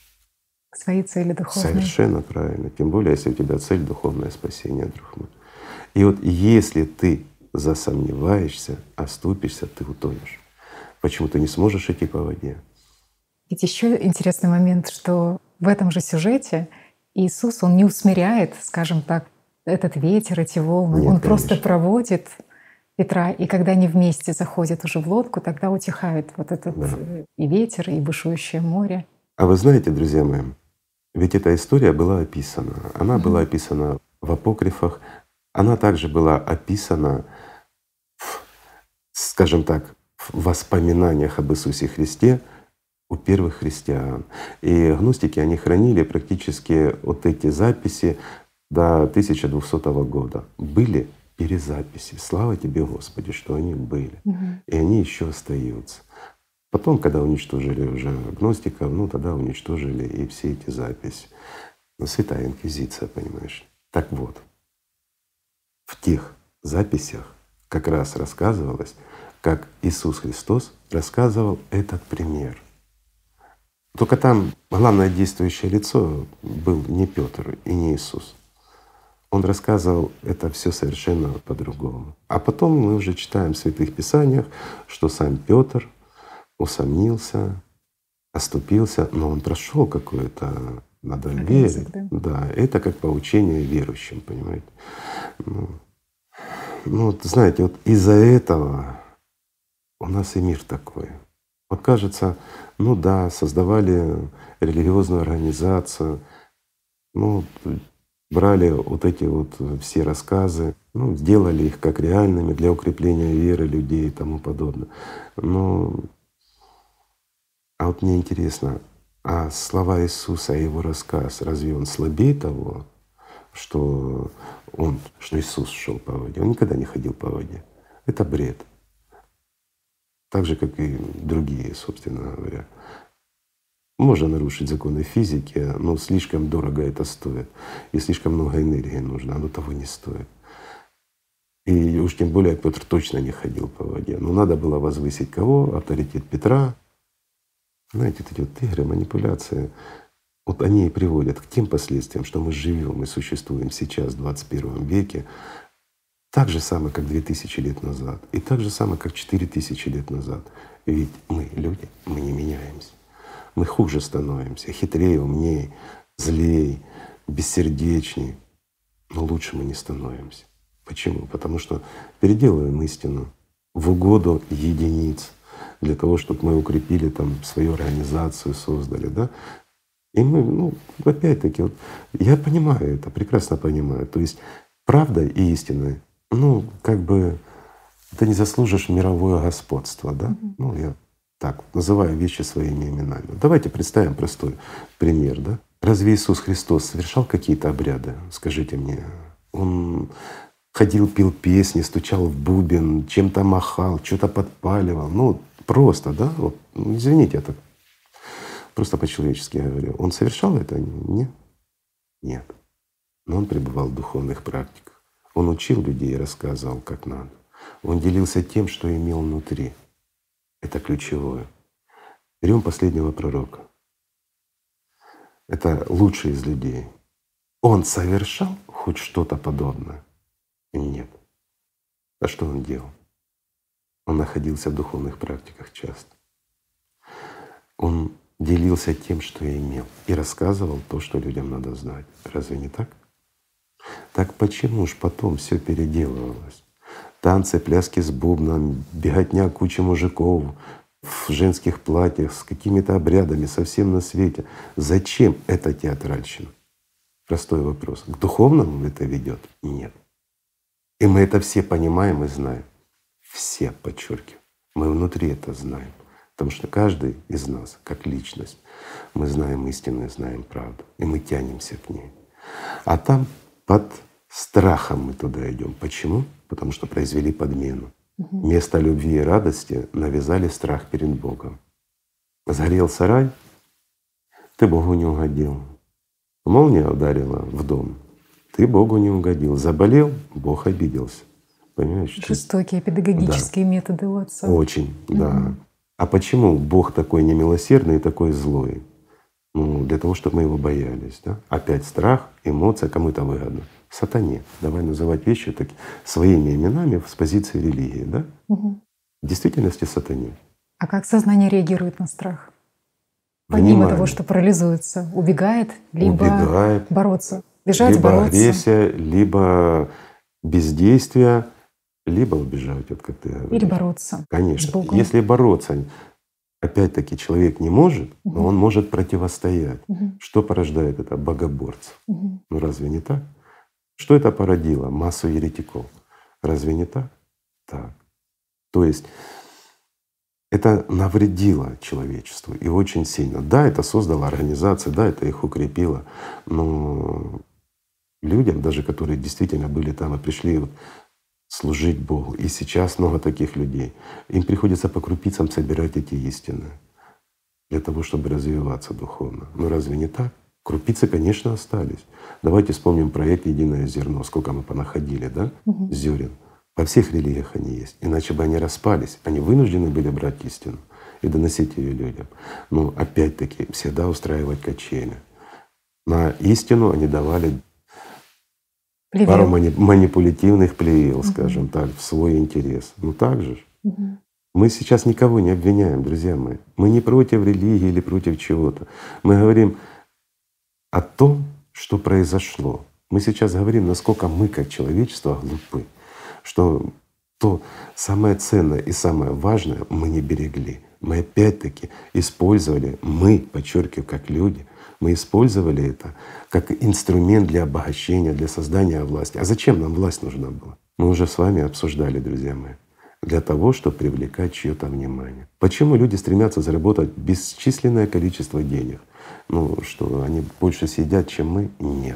К своей цели духовной. Совершенно правильно. Тем более, если у тебя цель — духовное спасение, друг мой. И вот если ты засомневаешься, оступишься, ты утонешь. Почему ты не сможешь идти по воде? Ведь еще интересный момент, что в этом же сюжете Иисус, Он не усмиряет, скажем так, этот ветер, эти волны. Нет, Он конечно. просто проводит Петра, и когда они вместе заходят уже в лодку, тогда утихает вот этот Да. и ветер, и бушующее море. А вы знаете, друзья мои, ведь эта история была описана. Она Мгм. была описана в апокрифах, она также была описана, в, скажем так, в воспоминаниях об Иисусе Христе у первых христиан. И гностики, они хранили практически вот эти записи до тысяча двухсотого года. Были перезаписи. Слава тебе, Господи, что они были. Мгм. И они еще остаются. Потом, когда уничтожили уже гностиков, ну тогда уничтожили и все эти записи. Ну, Святая Инквизиция, понимаешь. Так вот, в тех записях как раз рассказывалось, как Иисус Христос рассказывал этот пример. Только там главное действующее лицо был не Петр и не Иисус. Он рассказывал это все совершенно по-другому. А потом мы уже читаем в Святых Писаниях, что сам Петр усомнился, оступился, но он прошел какое-то, надо верить. Да? Да, это как поучение верующим, понимаете. Ну, ну вот знаете, вот из-за этого у нас и мир такой. Вот кажется, ну да, создавали религиозную организацию, ну брали вот эти вот все рассказы, ну, сделали их как реальными для укрепления веры людей и тому подобное. Но а вот мне интересно, а слова Иисуса и его рассказ, разве он слабее того, что он, что Иисус шел по воде? Он никогда не ходил по воде. Это бред. Так же, как и другие, собственно говоря. Можно нарушить законы физики, но слишком дорого это стоит, и слишком много энергии нужно, оно того не стоит. И уж тем более Петр точно не ходил по воде. Но надо было возвысить кого? Авторитет Петра. Знаете, эти вот игры, манипуляции, вот они и приводят к тем последствиям, что мы живем и существуем сейчас в двадцать первом веке, так же самое, как две тысячи лет назад, и так же самое, как четыре тысячи лет назад. Ведь мы люди, мы не меняемся. Мы хуже становимся, хитрее, умнее, злее, бессердечнее. Но лучше мы не становимся. Почему? Потому что переделываем истину в угоду единиц, для того, чтобы мы укрепили там свою организацию, создали, да? И мы, ну, опять-таки, вот, я понимаю это, прекрасно понимаю. То есть правда и истина, ну, как бы ты не заслужишь мировое господство, да? Мгм. Ну, я Так, называя вещи своими именами. Давайте представим простой пример, да? Разве Иисус Христос совершал какие-то обряды? Скажите мне. Он ходил, пел песни, стучал в бубен, чем-то махал, что-то подпаливал. Ну, просто, да? Вот, ну, извините, я так просто по-человечески говорю. Он совершал это? Нет. Нет. Но он пребывал в духовных практиках. Он учил людей и рассказывал, как надо. Он делился тем, что имел внутри. Это ключевое. Берем последнего пророка. Это лучший из людей. Он совершал хоть что-то подобное? Нет. А что он делал? Он находился в духовных практиках часто. Он делился тем, что имел, и рассказывал то, что людям надо знать. Разве не так? Так почему ж потом все переделывалось? Танцы, пляски с бубном, беготня кучи мужиков в женских платьях с какими-то обрядами совсем на свете. Зачем эта театральщина? Простой вопрос. К духовному это ведет? Нет. И мы это все понимаем и знаем. Все, подчеркиваю. Мы внутри это знаем. Потому что каждый из нас, как личность, мы знаем истину и знаем правду. И мы тянемся к ней. А там под страхом мы туда идем. Почему? Потому что произвели подмену. Угу. Вместо любви и радости навязали страх перед Богом. Сгорел сарай, ты Богу не угодил. Молния ударила в дом, ты Богу не угодил. Заболел, Бог обиделся. Понимаешь? Жестокие педагогические да. методы у отца. Очень, угу. да. А почему Бог такой немилосердный и такой злой? Ну, для того, чтобы мы его боялись. Да? Опять страх, эмоция, кому это выгодно. Сатане. Давай называть вещи так, своими именами с позиции религии. Да? Угу. В действительности сатане. А как сознание реагирует на страх? Помимо Внимание. того, что парализуется, убегает, либо убегает, бороться, бежать, либо бороться. агрессия, либо бездействие, либо убежать, вот как ты говоришь. Или бороться. Конечно. Если бороться, опять-таки человек не может, угу. но он может противостоять. Угу. Что порождает это? Богоборцев. Угу. Ну разве не так? Что это породило? Массу еретиков. Разве не так? Так. То есть это навредило человечеству и очень сильно. Да, это создало организации, да, это их укрепило, но людям, даже которые действительно были там и пришли вот служить Богу, и сейчас много таких людей, им приходится по крупицам собирать эти истины для того, чтобы развиваться духовно. Но разве не так? Крупицы, конечно, остались. Давайте вспомним проект «Единое зерно». Сколько мы понаходили, да, угу. зерен. Во всех религиях они есть. Иначе бы они распались. Они вынуждены были брать истину и доносить ее людям. Но опять-таки всегда устраивать качели. На истину они давали плевел. Пару мани- манипулятивных плевел, угу. скажем так, в свой интерес. Ну так же. Угу. Мы сейчас никого не обвиняем, друзья мои. Мы не против религии или против чего-то. Мы говорим о том, что произошло. Мы сейчас говорим, насколько мы как человечество глупы, что то самое ценное и самое важное мы не берегли. Мы опять-таки использовали, мы, подчеркиваю, как люди, мы использовали это как инструмент для обогащения, для создания власти. А зачем нам власть нужна была? Мы уже с вами обсуждали, друзья мои. Для того, чтобы привлекать чье-то внимание. Почему люди стремятся заработать бесчисленное количество денег? Ну, что они больше съедят, чем мы? Нет.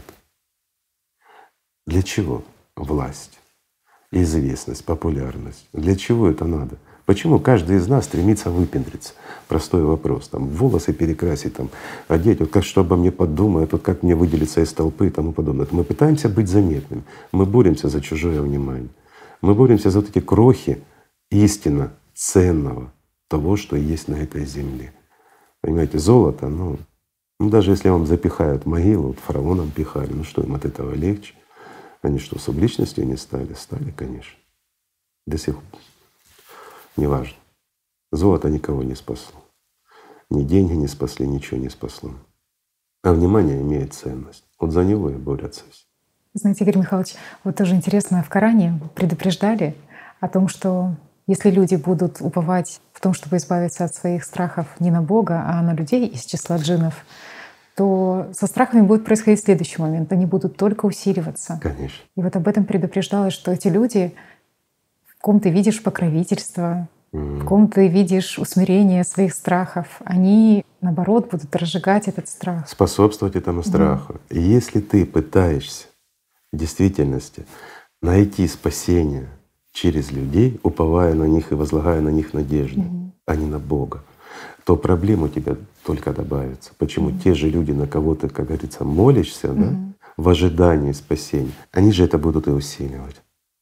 Для чего власть, известность, популярность? Для чего это надо? Почему каждый из нас стремится выпендриться? Простой вопрос. Там волосы перекрасить, там, одеть, вот как что обо мне подумают, вот как мне выделиться из толпы и тому подобное. Мы пытаемся быть заметными, мы боремся за чужое внимание. Мы боремся за вот эти крохи истинно ценного того, что есть на этой земле. Понимаете, золото, ну, ну даже если вам запихают в могилу, вот фараонам пихали, ну что им от этого легче? Они что, субличностью не стали? Стали, конечно. До сих пор. Неважно. Золото никого не спасло. Ни деньги не спасли, ничего не спасло. А внимание имеет ценность. Вот за него и борются все. Знаете, Игорь Михайлович, вот тоже интересно, в Коране предупреждали о том, что если люди будут уповать в том, чтобы избавиться от своих страхов не на Бога, а на людей из числа джиннов, то со страхами будет происходить следующий момент. Они будут только усиливаться. Конечно. И вот об этом предупреждалось, что эти люди, в ком ты видишь покровительство, в ком ты видишь усмирение своих страхов, они, наоборот, будут разжигать этот страх. Способствовать этому страху. И если ты пытаешься в действительности найти спасение через людей, уповая на них и возлагая на них надежду, Мгм. а не на Бога, то проблем у тебя только добавится. Почему Мгм. те же люди, на кого ты, как говорится, молишься, да, Мгм. в ожидании спасения, они же это будут и усиливать.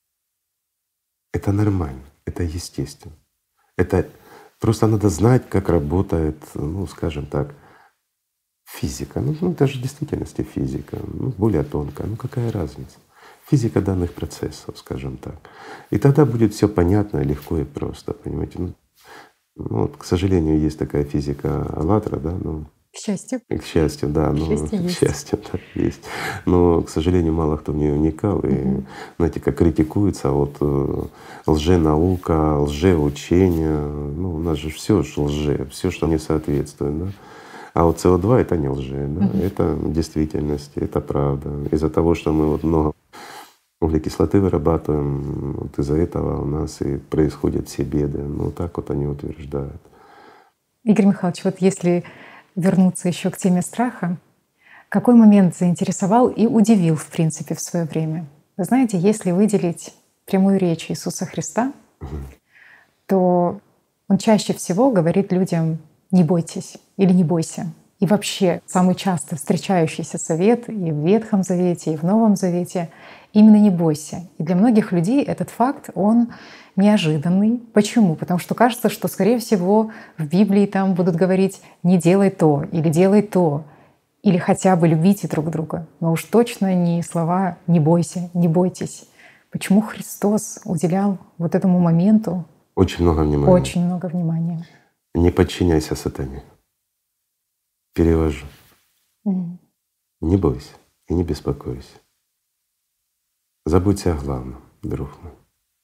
Это нормально, это естественно. Это просто надо знать, как работает, ну, скажем так, физика. Ну, ну это же в действительности физика, ну, более тонкая. Ну какая разница? Физика данных процессов, скажем так. И тогда будет все понятно, легко и просто, понимаете? Ну, ну, вот, к сожалению, есть такая физика «АЛЛАТРА», да, ну, К счастью. и к счастью, да, К ну, счастью, к есть. счастью, да, есть. Но, к сожалению, мало кто в нее вникал. И, Мгм. знаете, как критикуется вот э, лженаука, лжеучение. Ну, у нас же все же лже, все, что не соответствует, да. А вот С О два — это не лже, да, Мгм. это действительность, это правда. Из-за того, что мы вот много углекислоты вырабатываем, вот из-за этого у нас и происходят все беды. Ну, так вот они утверждают. Игорь Михайлович, вот если вернуться еще к теме страха, какой момент заинтересовал и удивил, в принципе, в свое время? Вы знаете, если выделить прямую речь Иисуса Христа, Мгм. то Он чаще всего говорит людям «не бойтесь» или «не бойся». И вообще самый часто встречающийся совет и в Ветхом Завете, и в Новом Завете — именно «не бойся». И для многих людей этот факт, он неожиданный. Почему? Потому что кажется, что, скорее всего, в Библии там будут говорить «не делай то» или «делай то», или хотя бы «любите друг друга». Но уж точно не слова «не бойся», «не бойтесь». Почему Христос уделял вот этому моменту Очень много внимания. очень много внимания? Не подчиняйся сатане. Перевожу. Мгм. Не бойся и не беспокойся. Забудься о главном, друг мой.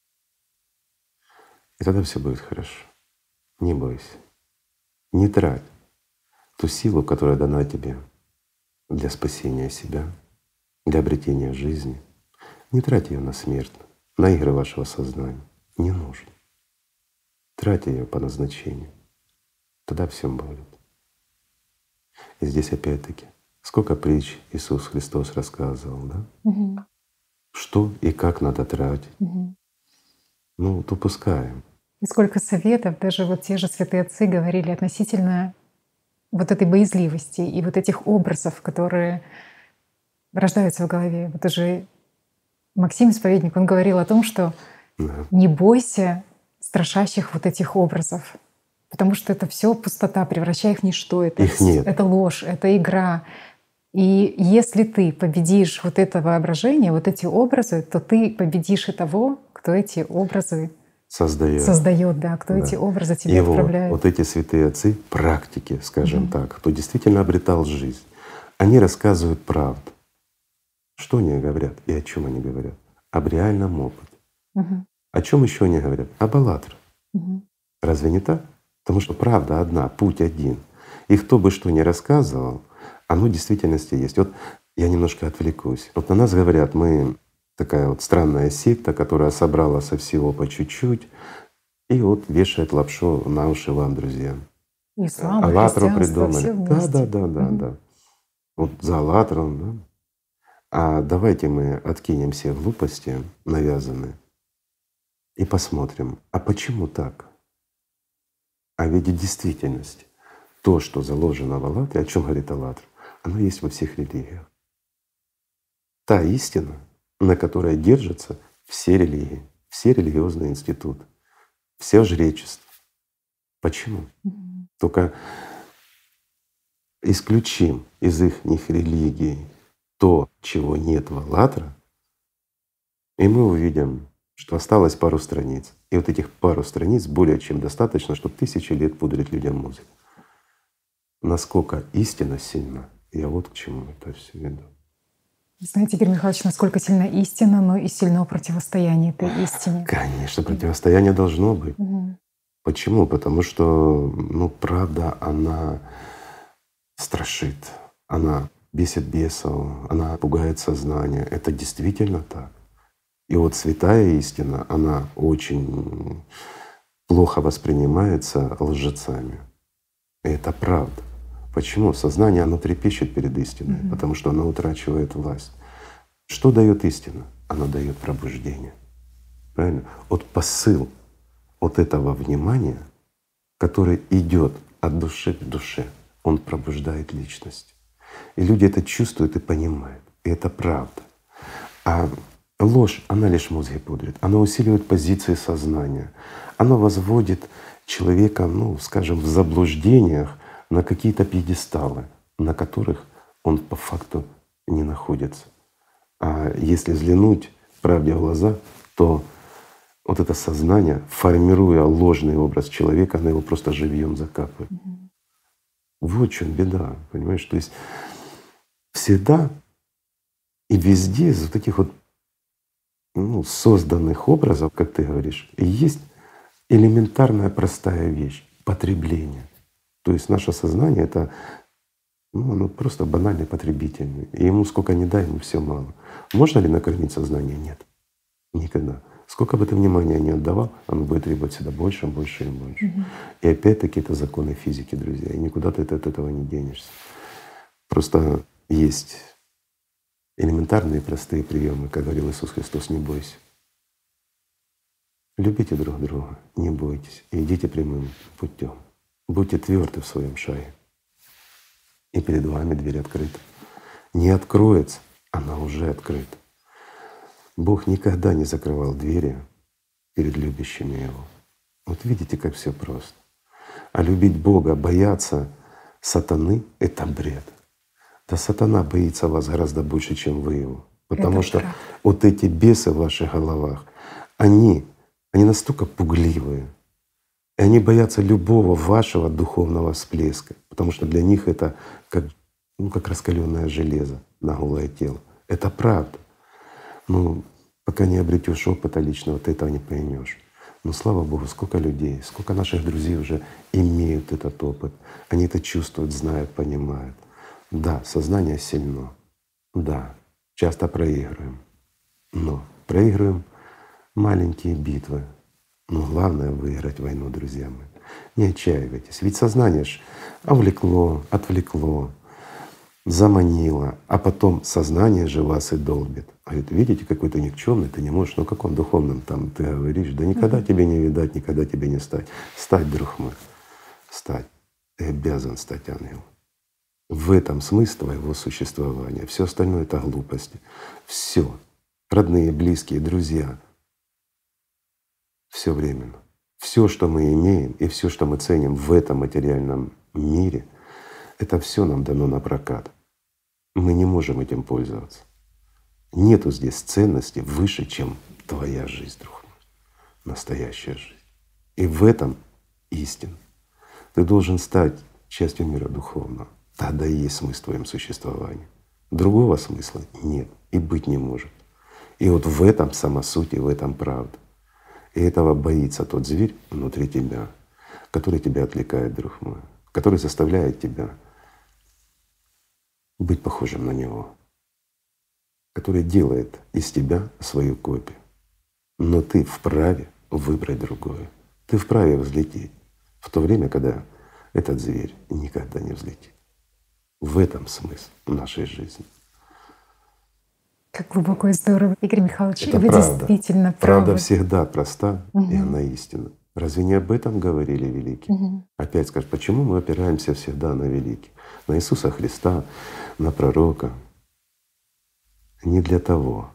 И тогда все будет хорошо. Не бойся. Не трать ту силу, которая дана тебе для спасения себя, для обретения жизни. Не трать ее на смерть, на игры вашего сознания. Не нужно. Трать ее по назначению. Тогда все будет. И здесь опять-таки, сколько притч Иисус Христос рассказывал, да? Мгм. Что и как надо тратить. Мгм. Ну, вот упускаем. И сколько советов даже вот те же святые отцы говорили относительно вот этой боязливости и вот этих образов, которые рождаются в голове. Вот уже Максим Исповедник, он говорил о том, что Да. не бойся страшащих вот этих образов, потому что это все пустота, превращай их в ничто. Это, Их нет. это ложь, это игра. И если ты победишь вот это воображение, вот эти образы, то ты победишь и того, кто эти образы Создает. создает, да, кто Да. эти образы тебе И вот, отправляет. вот эти святые отцы, практики, скажем Мгм. так, кто действительно обретал жизнь, они рассказывают правду. Что они говорят и о чем они говорят? Об реальном опыте. Мгм. О чем еще они говорят? Об «АЛЛАТРА». Мгм. Разве не так? Потому что правда одна, путь один. И кто бы что ни рассказывал, оно в действительности есть. Вот я немножко отвлекусь. Вот на нас говорят, мы такая вот странная секта, которая собрала со всего по чуть-чуть и вот вешает лапшу на уши вам, друзья. Ислам, «АЛЛАТРу» христианство, придумали. все Да, вместе. да, да, да, Мгм. да. Вот за «АЛЛАТРом», да. А давайте мы откинем все глупости навязанные и посмотрим, а почему так? А ведь в действительности то, что заложено в «АЛЛАТРе», о чем говорит «АЛЛАТРА», оно есть во всех религиях. Та истина, на которой держатся все религии, все религиозные институты, все жречество. Почему? Мгм. Только исключим из их религий то, чего нет в «АЛЛАТРа», и мы увидим, что осталось пару страниц. И вот этих пару страниц более чем достаточно, чтобы тысячи лет пудрить людям мозг. Насколько истина сильна, я вот к чему это все веду. Знаете, Игорь Михайлович, насколько сильна истина, но и сильно противостояние этой истине. Конечно, противостояние должно быть. Мгм. Почему? Потому что, ну, правда, она страшит, она бесит бесов, она пугает сознание. Это действительно так. И вот святая истина, она очень плохо воспринимается лжецами. И это правда. Почему? Сознание, оно трепещет перед истиной, mm-hmm. потому что оно утрачивает власть. Что дает истина? Она дает пробуждение. Правильно? Вот посыл от этого внимания, который идет от души к душе, он пробуждает личность. И люди это чувствуют и понимают. И это правда. А ложь, она лишь мозги пудрит, она усиливает позиции сознания, она возводит человека, ну, скажем, в заблуждениях на какие-то пьедесталы, на которых он по факту не находится. А если взглянуть правде в глаза, то вот это сознание, формируя ложный образ человека, оно его просто живьем закапывает. Mm-hmm. Вот в чем беда, понимаешь? То есть всегда и везде из вот таких вот ну, созданных образов, как ты говоришь, есть элементарная простая вещь — потребление. То есть наше сознание — это ну, оно просто банальный потребитель. И ему сколько ни дай, ему все мало. Можно ли накормить сознание? Нет. Никогда. Сколько бы ты внимания ни отдавал, оно будет требовать всегда больше, больше и больше. Mm-hmm. И опять-таки это законы физики, друзья. И никуда ты от этого не денешься. Просто есть элементарные простые приемы, как говорил Иисус Христос: не бойся. Любите друг друга, не бойтесь, и идите прямым путем. Будьте тверды в своем шаге. И перед вами дверь открыта. Не откроется, она уже открыта. Бог никогда не закрывал двери перед любящими Его. Вот видите, как все просто. А любить Бога, бояться сатаны — это бред. Да сатана боится вас гораздо больше, чем вы его. Потому это что правда. Вот эти бесы в ваших головах, они, они настолько пугливые, и они боятся любого вашего духовного всплеска, потому что для них это как, ну, как раскаленное железо на голое тело. Это правда. Ну, пока не обретешь опыта личного, ты этого не поймешь. Но слава Богу, сколько людей, сколько наших друзей уже имеют этот опыт. Они это чувствуют, знают, понимают. Да, сознание сильно. Да, часто проигрываем. Но проигрываем маленькие битвы. Но главное — выиграть войну, друзья мои. Не отчаивайтесь. Ведь сознание ж увлекло, отвлекло, заманило, а потом сознание же вас и долбит. Говорит: видите, какой ты никчемный, ты не можешь, ну каком духовном там ты говоришь, да никогда тебе не видать, никогда тебе не стать. Стать, друг мой, стать. Ты обязан стать ангелом. В этом смысл твоего существования. Все остальное — это глупости. Все. Родные, близкие, друзья. Все временно. Все, что мы имеем, и все, что мы ценим в этом материальном мире, это все нам дано на прокат. Мы не можем этим пользоваться. Нету здесь ценности выше, чем твоя жизнь, друг мой. Настоящая жизнь. И в этом истина. Ты должен стать частью мира духовного. Тогда и есть смысл в твоем существовании. Другого смысла нет и быть не может. И вот в этом сама суть, и в этом правда. И этого боится тот зверь внутри тебя, который тебя отвлекает, друг мой, который заставляет тебя быть похожим на него, который делает из тебя свою копию. Но ты вправе выбрать другое. Ты вправе взлететь в то время, когда этот зверь никогда не взлетит. В этом смысл нашей жизни. Как глубоко и здорово, Игорь Михайлович. Это вы правда. Действительно правы. Правда всегда проста, угу. И она истина. Разве не об этом говорили великие? Угу. Опять скажешь, почему мы опираемся всегда на великих? На Иисуса Христа, на пророка. Не для того,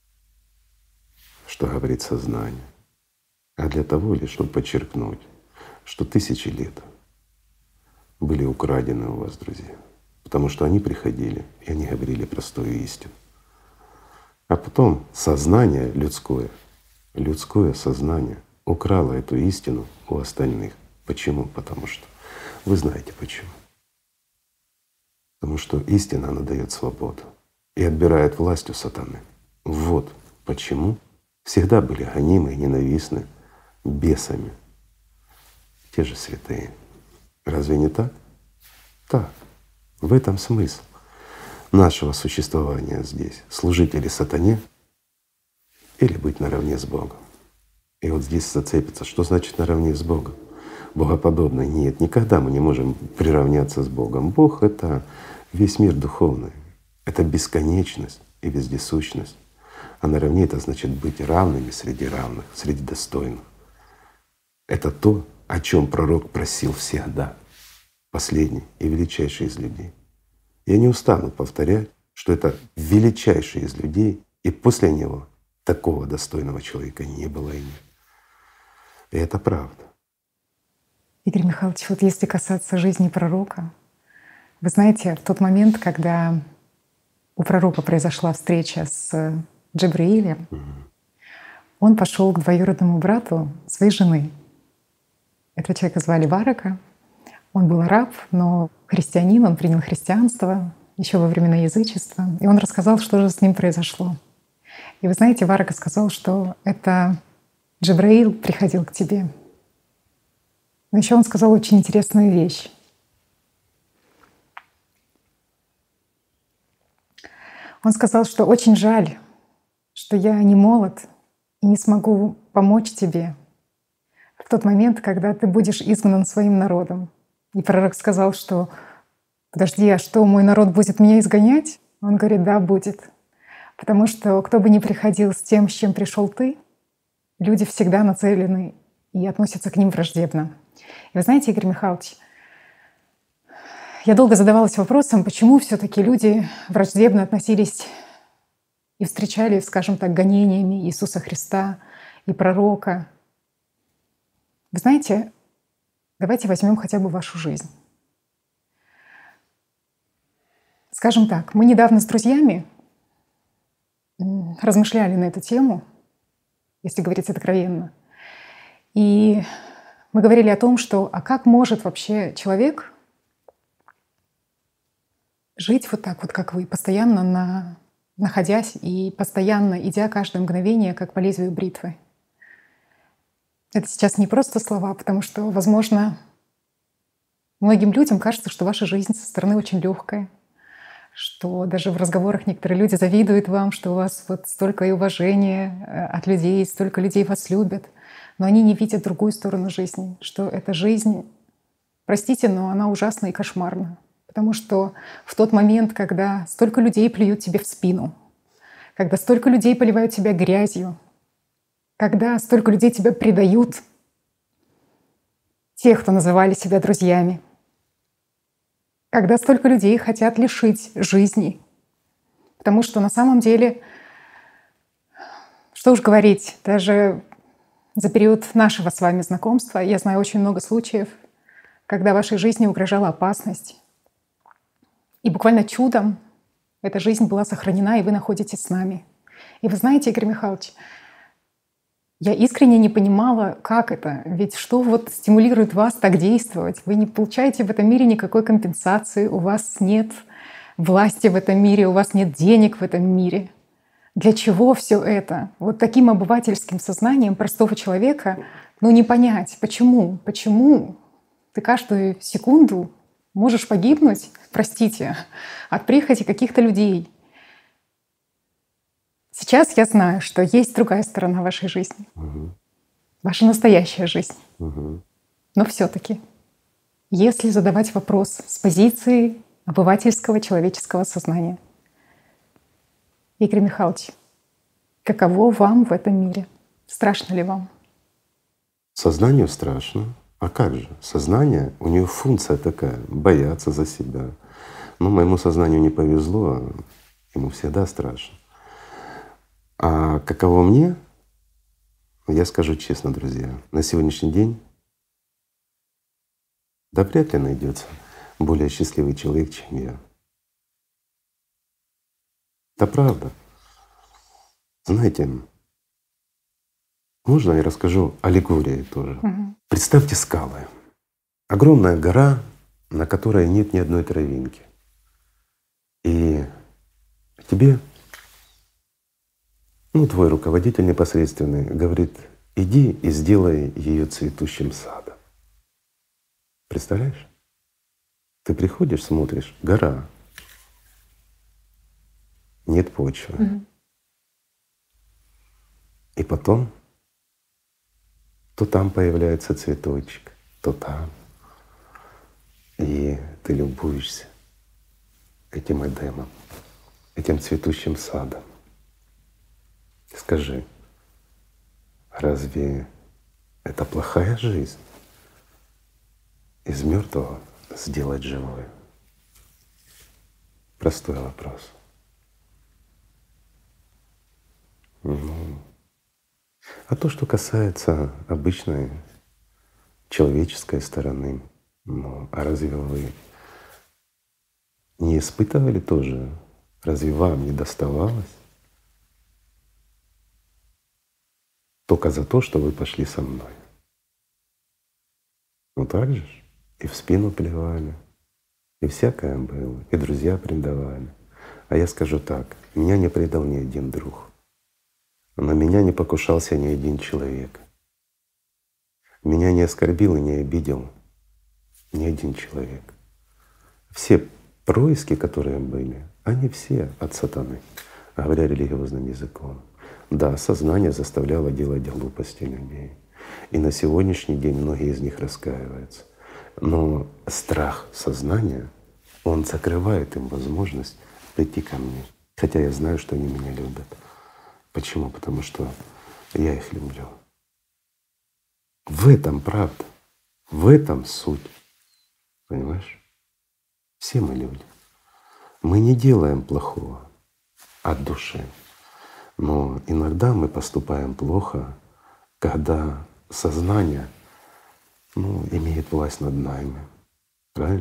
что говорит сознание, а для того лишь, чтобы подчеркнуть, что тысячи лет были украдены у вас, друзья. Потому что они приходили, и они говорили простую истину. А потом сознание людское, людское сознание украло эту истину у остальных. Почему? Потому что вы знаете почему. Потому что истина, она дает свободу и отбирает власть у сатаны. Вот почему всегда были гонимы и ненавистны бесами те же святые. Разве не так? Так. В этом смысл нашего существования здесь. Служить или сатане, или быть наравне с Богом. И вот здесь зацепится, что значит наравне с Богом? Богоподобный. Нет, никогда мы не можем приравняться с Богом. Бог — это весь мир духовный, это бесконечность и вездесущность. А наравне — это значит быть равными среди равных, среди достойных. Это то, о чем пророк просил всегда, последний и величайший из людей. Я не устану повторять, что это величайший из людей, и после него такого достойного человека не было и нет. И это правда. Игорь Михайлович, вот если касаться жизни пророка, вы знаете, в тот момент, когда у пророка произошла встреча с Джабраилем, угу. он пошел к двоюродному брату своей жены. Этого человека звали Варака. Он был араб, но христианин, он принял христианство еще во времена язычества. И он рассказал, что же с ним произошло. И вы знаете, Варака сказал, что это Джабраил приходил к тебе. Но еще он сказал очень интересную вещь. Он сказал, что очень жаль, что я не молод и не смогу помочь тебе в тот момент, когда ты будешь изгнан своим народом. И пророк сказал, что «Подожди, а что, мой народ будет меня изгонять?» Он говорит: «Да, будет. Потому что кто бы ни приходил с тем, с чем пришел ты, люди всегда нацелены и относятся к ним враждебно». И вы знаете, Игорь Михайлович, я долго задавалась вопросом, почему все-таки люди враждебно относились и встречали, скажем так, гонениями Иисуса Христа и пророка. Вы знаете, давайте возьмем хотя бы вашу жизнь. Скажем так, мы недавно с друзьями размышляли на эту тему, если говорить откровенно. И мы говорили о том, что а как может вообще человек жить вот так вот, как вы, постоянно на, находясь и постоянно идя каждое мгновение, как по лезвию бритвы. Это сейчас не просто слова, потому что, возможно, многим людям кажется, что ваша жизнь со стороны очень легкая, что даже в разговорах некоторые люди завидуют вам, что у вас вот столько и уважения от людей, столько людей вас любят, но они не видят другую сторону жизни, что эта жизнь, простите, но она ужасна и кошмарна. Потому что в тот момент, когда столько людей плюют тебе в спину, когда столько людей поливают тебя грязью, когда столько людей тебя предают, тех, кто называли себя друзьями, когда столько людей хотят лишить жизни. Потому что на самом деле, что уж говорить, даже за период нашего с вами знакомства я знаю очень много случаев, когда вашей жизни угрожала опасность. И буквально чудом эта жизнь была сохранена, и вы находитесь с нами. И вы знаете, Игорь Михайлович, я искренне не понимала, как это. Ведь что вот стимулирует вас так действовать? Вы не получаете в этом мире никакой компенсации, у вас нет власти в этом мире, у вас нет денег в этом мире. Для чего все это? Вот таким обывательским сознанием простого человека, ну не понять, почему, почему ты каждую секунду можешь погибнуть, простите, от прихоти каких-то людей. Сейчас я знаю, что есть другая сторона вашей жизни, угу. ваша настоящая жизнь. Угу. Но все-таки, если задавать вопрос с позиции обывательского человеческого сознания, Игорь Михайлович, каково вам в этом мире? Страшно ли вам? Сознанию страшно. А как же? Сознание, у нее функция такая — бояться за себя. Но моему сознанию не повезло, ему всегда страшно. А каково мне? Я скажу честно, друзья, на сегодняшний день да вряд ли найдется более счастливый человек, чем я. Это правда. Знаете, можно я расскажу аллегории тоже? Угу. Представьте скалы. Огромная гора, на которой нет ни одной травинки. И тебе, ну, твой руководитель непосредственный говорит: иди и сделай ее цветущим садом. Представляешь? Ты приходишь, смотришь, гора, нет почвы. Угу. И потом То там появляется цветочек, то там. И ты любуешься этим Эдемом, этим цветущим садом. Скажи, разве это плохая жизнь? Из мертвого сделать живое? Простой вопрос. Ну, а то, что касается обычной человеческой стороны, ну, а разве вы не испытывали тоже? Разве вам не доставалось? Только за то, что вы пошли со мной. Ну так же ж? И в спину плевали, и всякое было, и друзья предавали. А я скажу так: меня не предал ни один друг, на меня не покушался ни один человек, меня не оскорбил и не обидел ни один человек. Все происки, которые были, они все от сатаны, говоря религиозным языком. Да, сознание заставляло делать глупости людей. И на сегодняшний день многие из них раскаиваются. Но страх сознания, он закрывает им возможность прийти ко мне. Хотя я знаю, что они меня любят. Почему? Потому что я их люблю. В этом правда, в этом суть. Понимаешь? Все мы люди. Мы не делаем плохого от души. Но иногда мы поступаем плохо, когда сознание, ну, имеет власть над нами. Правильно?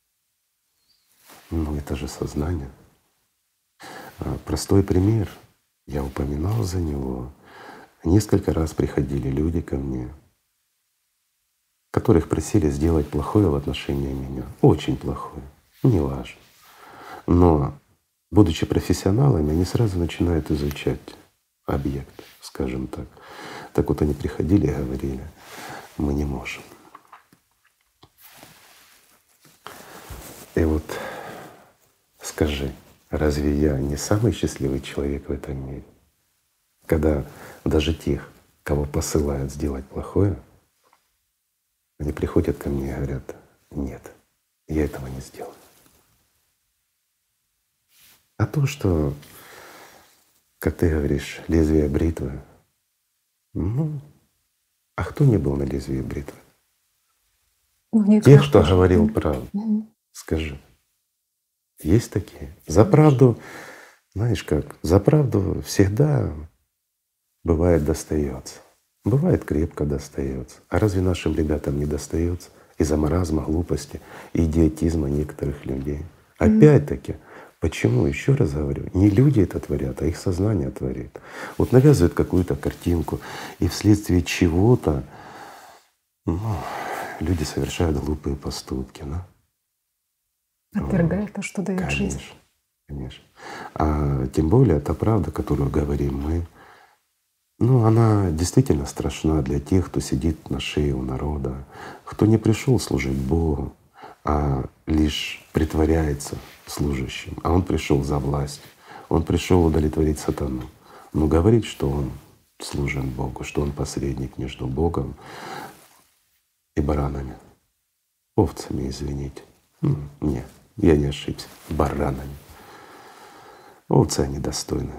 Ну это же сознание. Простой пример. Я упоминал за него. Несколько раз приходили люди ко мне, которых просили сделать плохое в отношении меня. Очень плохое. Неважно. Но будучи профессионалами, они сразу начинают изучать объект, скажем так. Так вот они приходили и говорили: мы не можем. И вот скажи, разве я не самый счастливый человек в этом мире, когда даже тех, кого посылают сделать плохое, они приходят ко мне и говорят: нет, я этого не сделаю. А то, что, как ты говоришь, лезвие бритвы, ну, а кто не был на лезвии бритвы? Ну, Те, кто говорил правду. Угу. Скажи, есть такие? За правду, знаешь как, за правду всегда бывает достается. Бывает крепко достается. А разве нашим ребятам не достается из-за маразма, глупости, идиотизма некоторых людей? Mm-hmm. Опять-таки, почему? Еще раз говорю, не люди это творят, а их сознание творит. Вот навязывают какую-то картинку, и вследствие чего-то, ну, люди совершают глупые поступки. Да? Отвергая вот. То, что дает конечно, жизнь. Конечно. А тем более та правда, которую говорим мы, ну, она действительно страшна для тех, кто сидит на шее у народа, кто не пришел служить Богу, а лишь притворяется служащим. А он пришел за власть, он пришел удовлетворить сатану. Но говорит, что он служит Богу, что он посредник между Богом и баранами, овцами, извините. Ну, нет, я не ошибся, баранами. Овцы они достойны.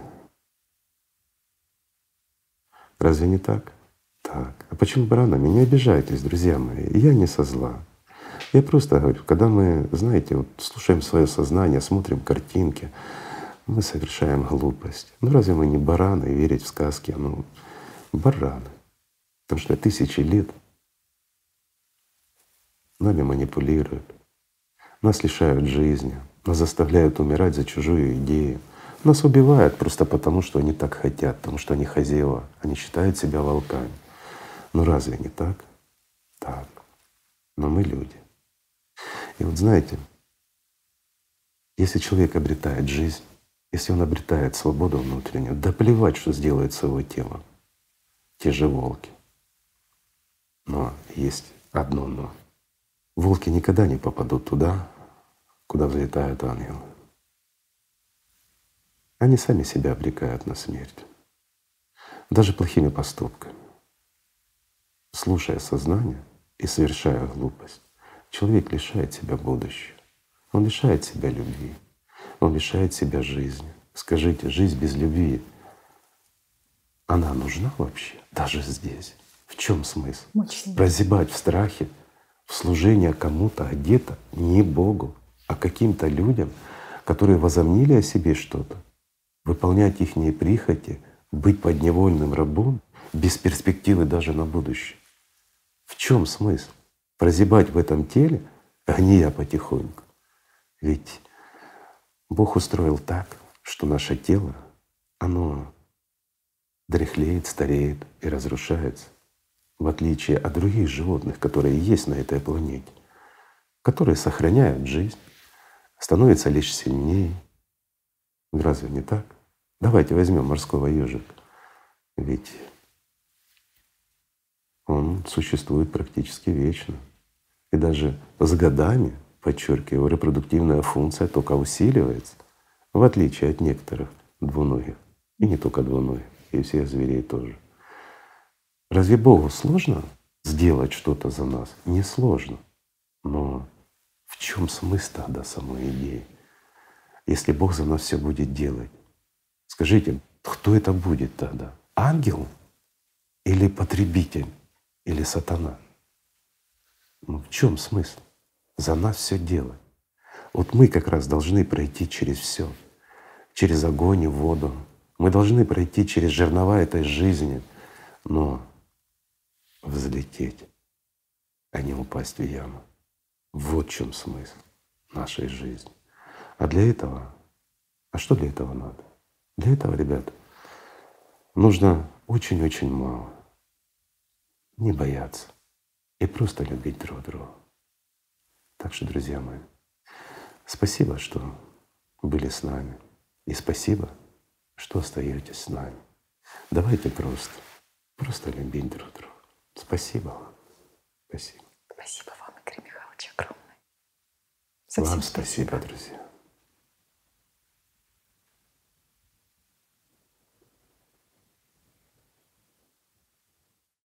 Разве не так? Так. А почему баранами? Не обижайтесь, друзья мои. Я не со зла. Я просто говорю, когда мы, знаете, вот слушаем свое сознание, смотрим картинки, мы совершаем глупость. Ну разве мы не бараны и верить в сказки? Ну, бараны. Потому что тысячи лет нами манипулируют, нас лишают жизни, нас заставляют умирать за чужую идею. Нас убивают просто потому, что они так хотят, потому что они хозяева, они считают себя волками. Ну разве не так? Так. Но мы люди. И вот знаете, если человек обретает жизнь, если он обретает свободу внутреннюю, да плевать, что сделает с его телом. Те же волки. Но есть одно но. Волки никогда не попадут туда, куда взлетают ангелы. Они сами себя обрекают на смерть. Даже плохими поступками. слушая сознание и совершая глупость, человек лишает себя будущего, он лишает себя любви, он лишает себя жизни. Скажите, жизнь без любви, она нужна вообще даже здесь? В чем смысл? Очень. Прозябать в страхе, в служении кому-то, где-то, не Богу, а каким-то людям, которые возомнили о себе что-то, выполнять ихние прихоти, быть подневольным рабом без перспективы даже на будущее. В чем смысл? Прозябать в этом теле, гния потихоньку. Ведь Бог устроил так, что наше тело, оно дряхлеет, стареет и разрушается, в отличие от других животных, которые есть на этой планете, которые сохраняют жизнь, становятся лишь сильнее. Разве не так? Давайте возьмем морского ежика. Ведь он существует практически вечно. И даже с годами, подчеркиваю, репродуктивная функция только усиливается, в отличие от некоторых двуногих. И не только двуногих, и всех зверей тоже. Разве Богу сложно сделать что-то за нас? Не сложно. Но в чем смысл тогда самой идеи? Если Бог за нас все будет делать, скажите, кто это будет тогда? Ангел или потребитель, или сатана? Ну в чем смысл? За нас все делать. Вот мы как раз должны пройти через все, через огонь и воду. Мы должны пройти через жернова этой жизни, но взлететь, а не упасть в яму. Вот в чем смысл нашей жизни. А для этого, а что для этого надо? Для этого, ребята, нужно очень-очень мало. Не бояться и просто любить друг друга. Так что, друзья мои, спасибо, что были с нами. И спасибо, что остаетесь с нами. Давайте просто, просто любить друг друга. Спасибо вам. Спасибо. Спасибо вам, Игорь Михайлович, огромное. Вам спасибо, друзья.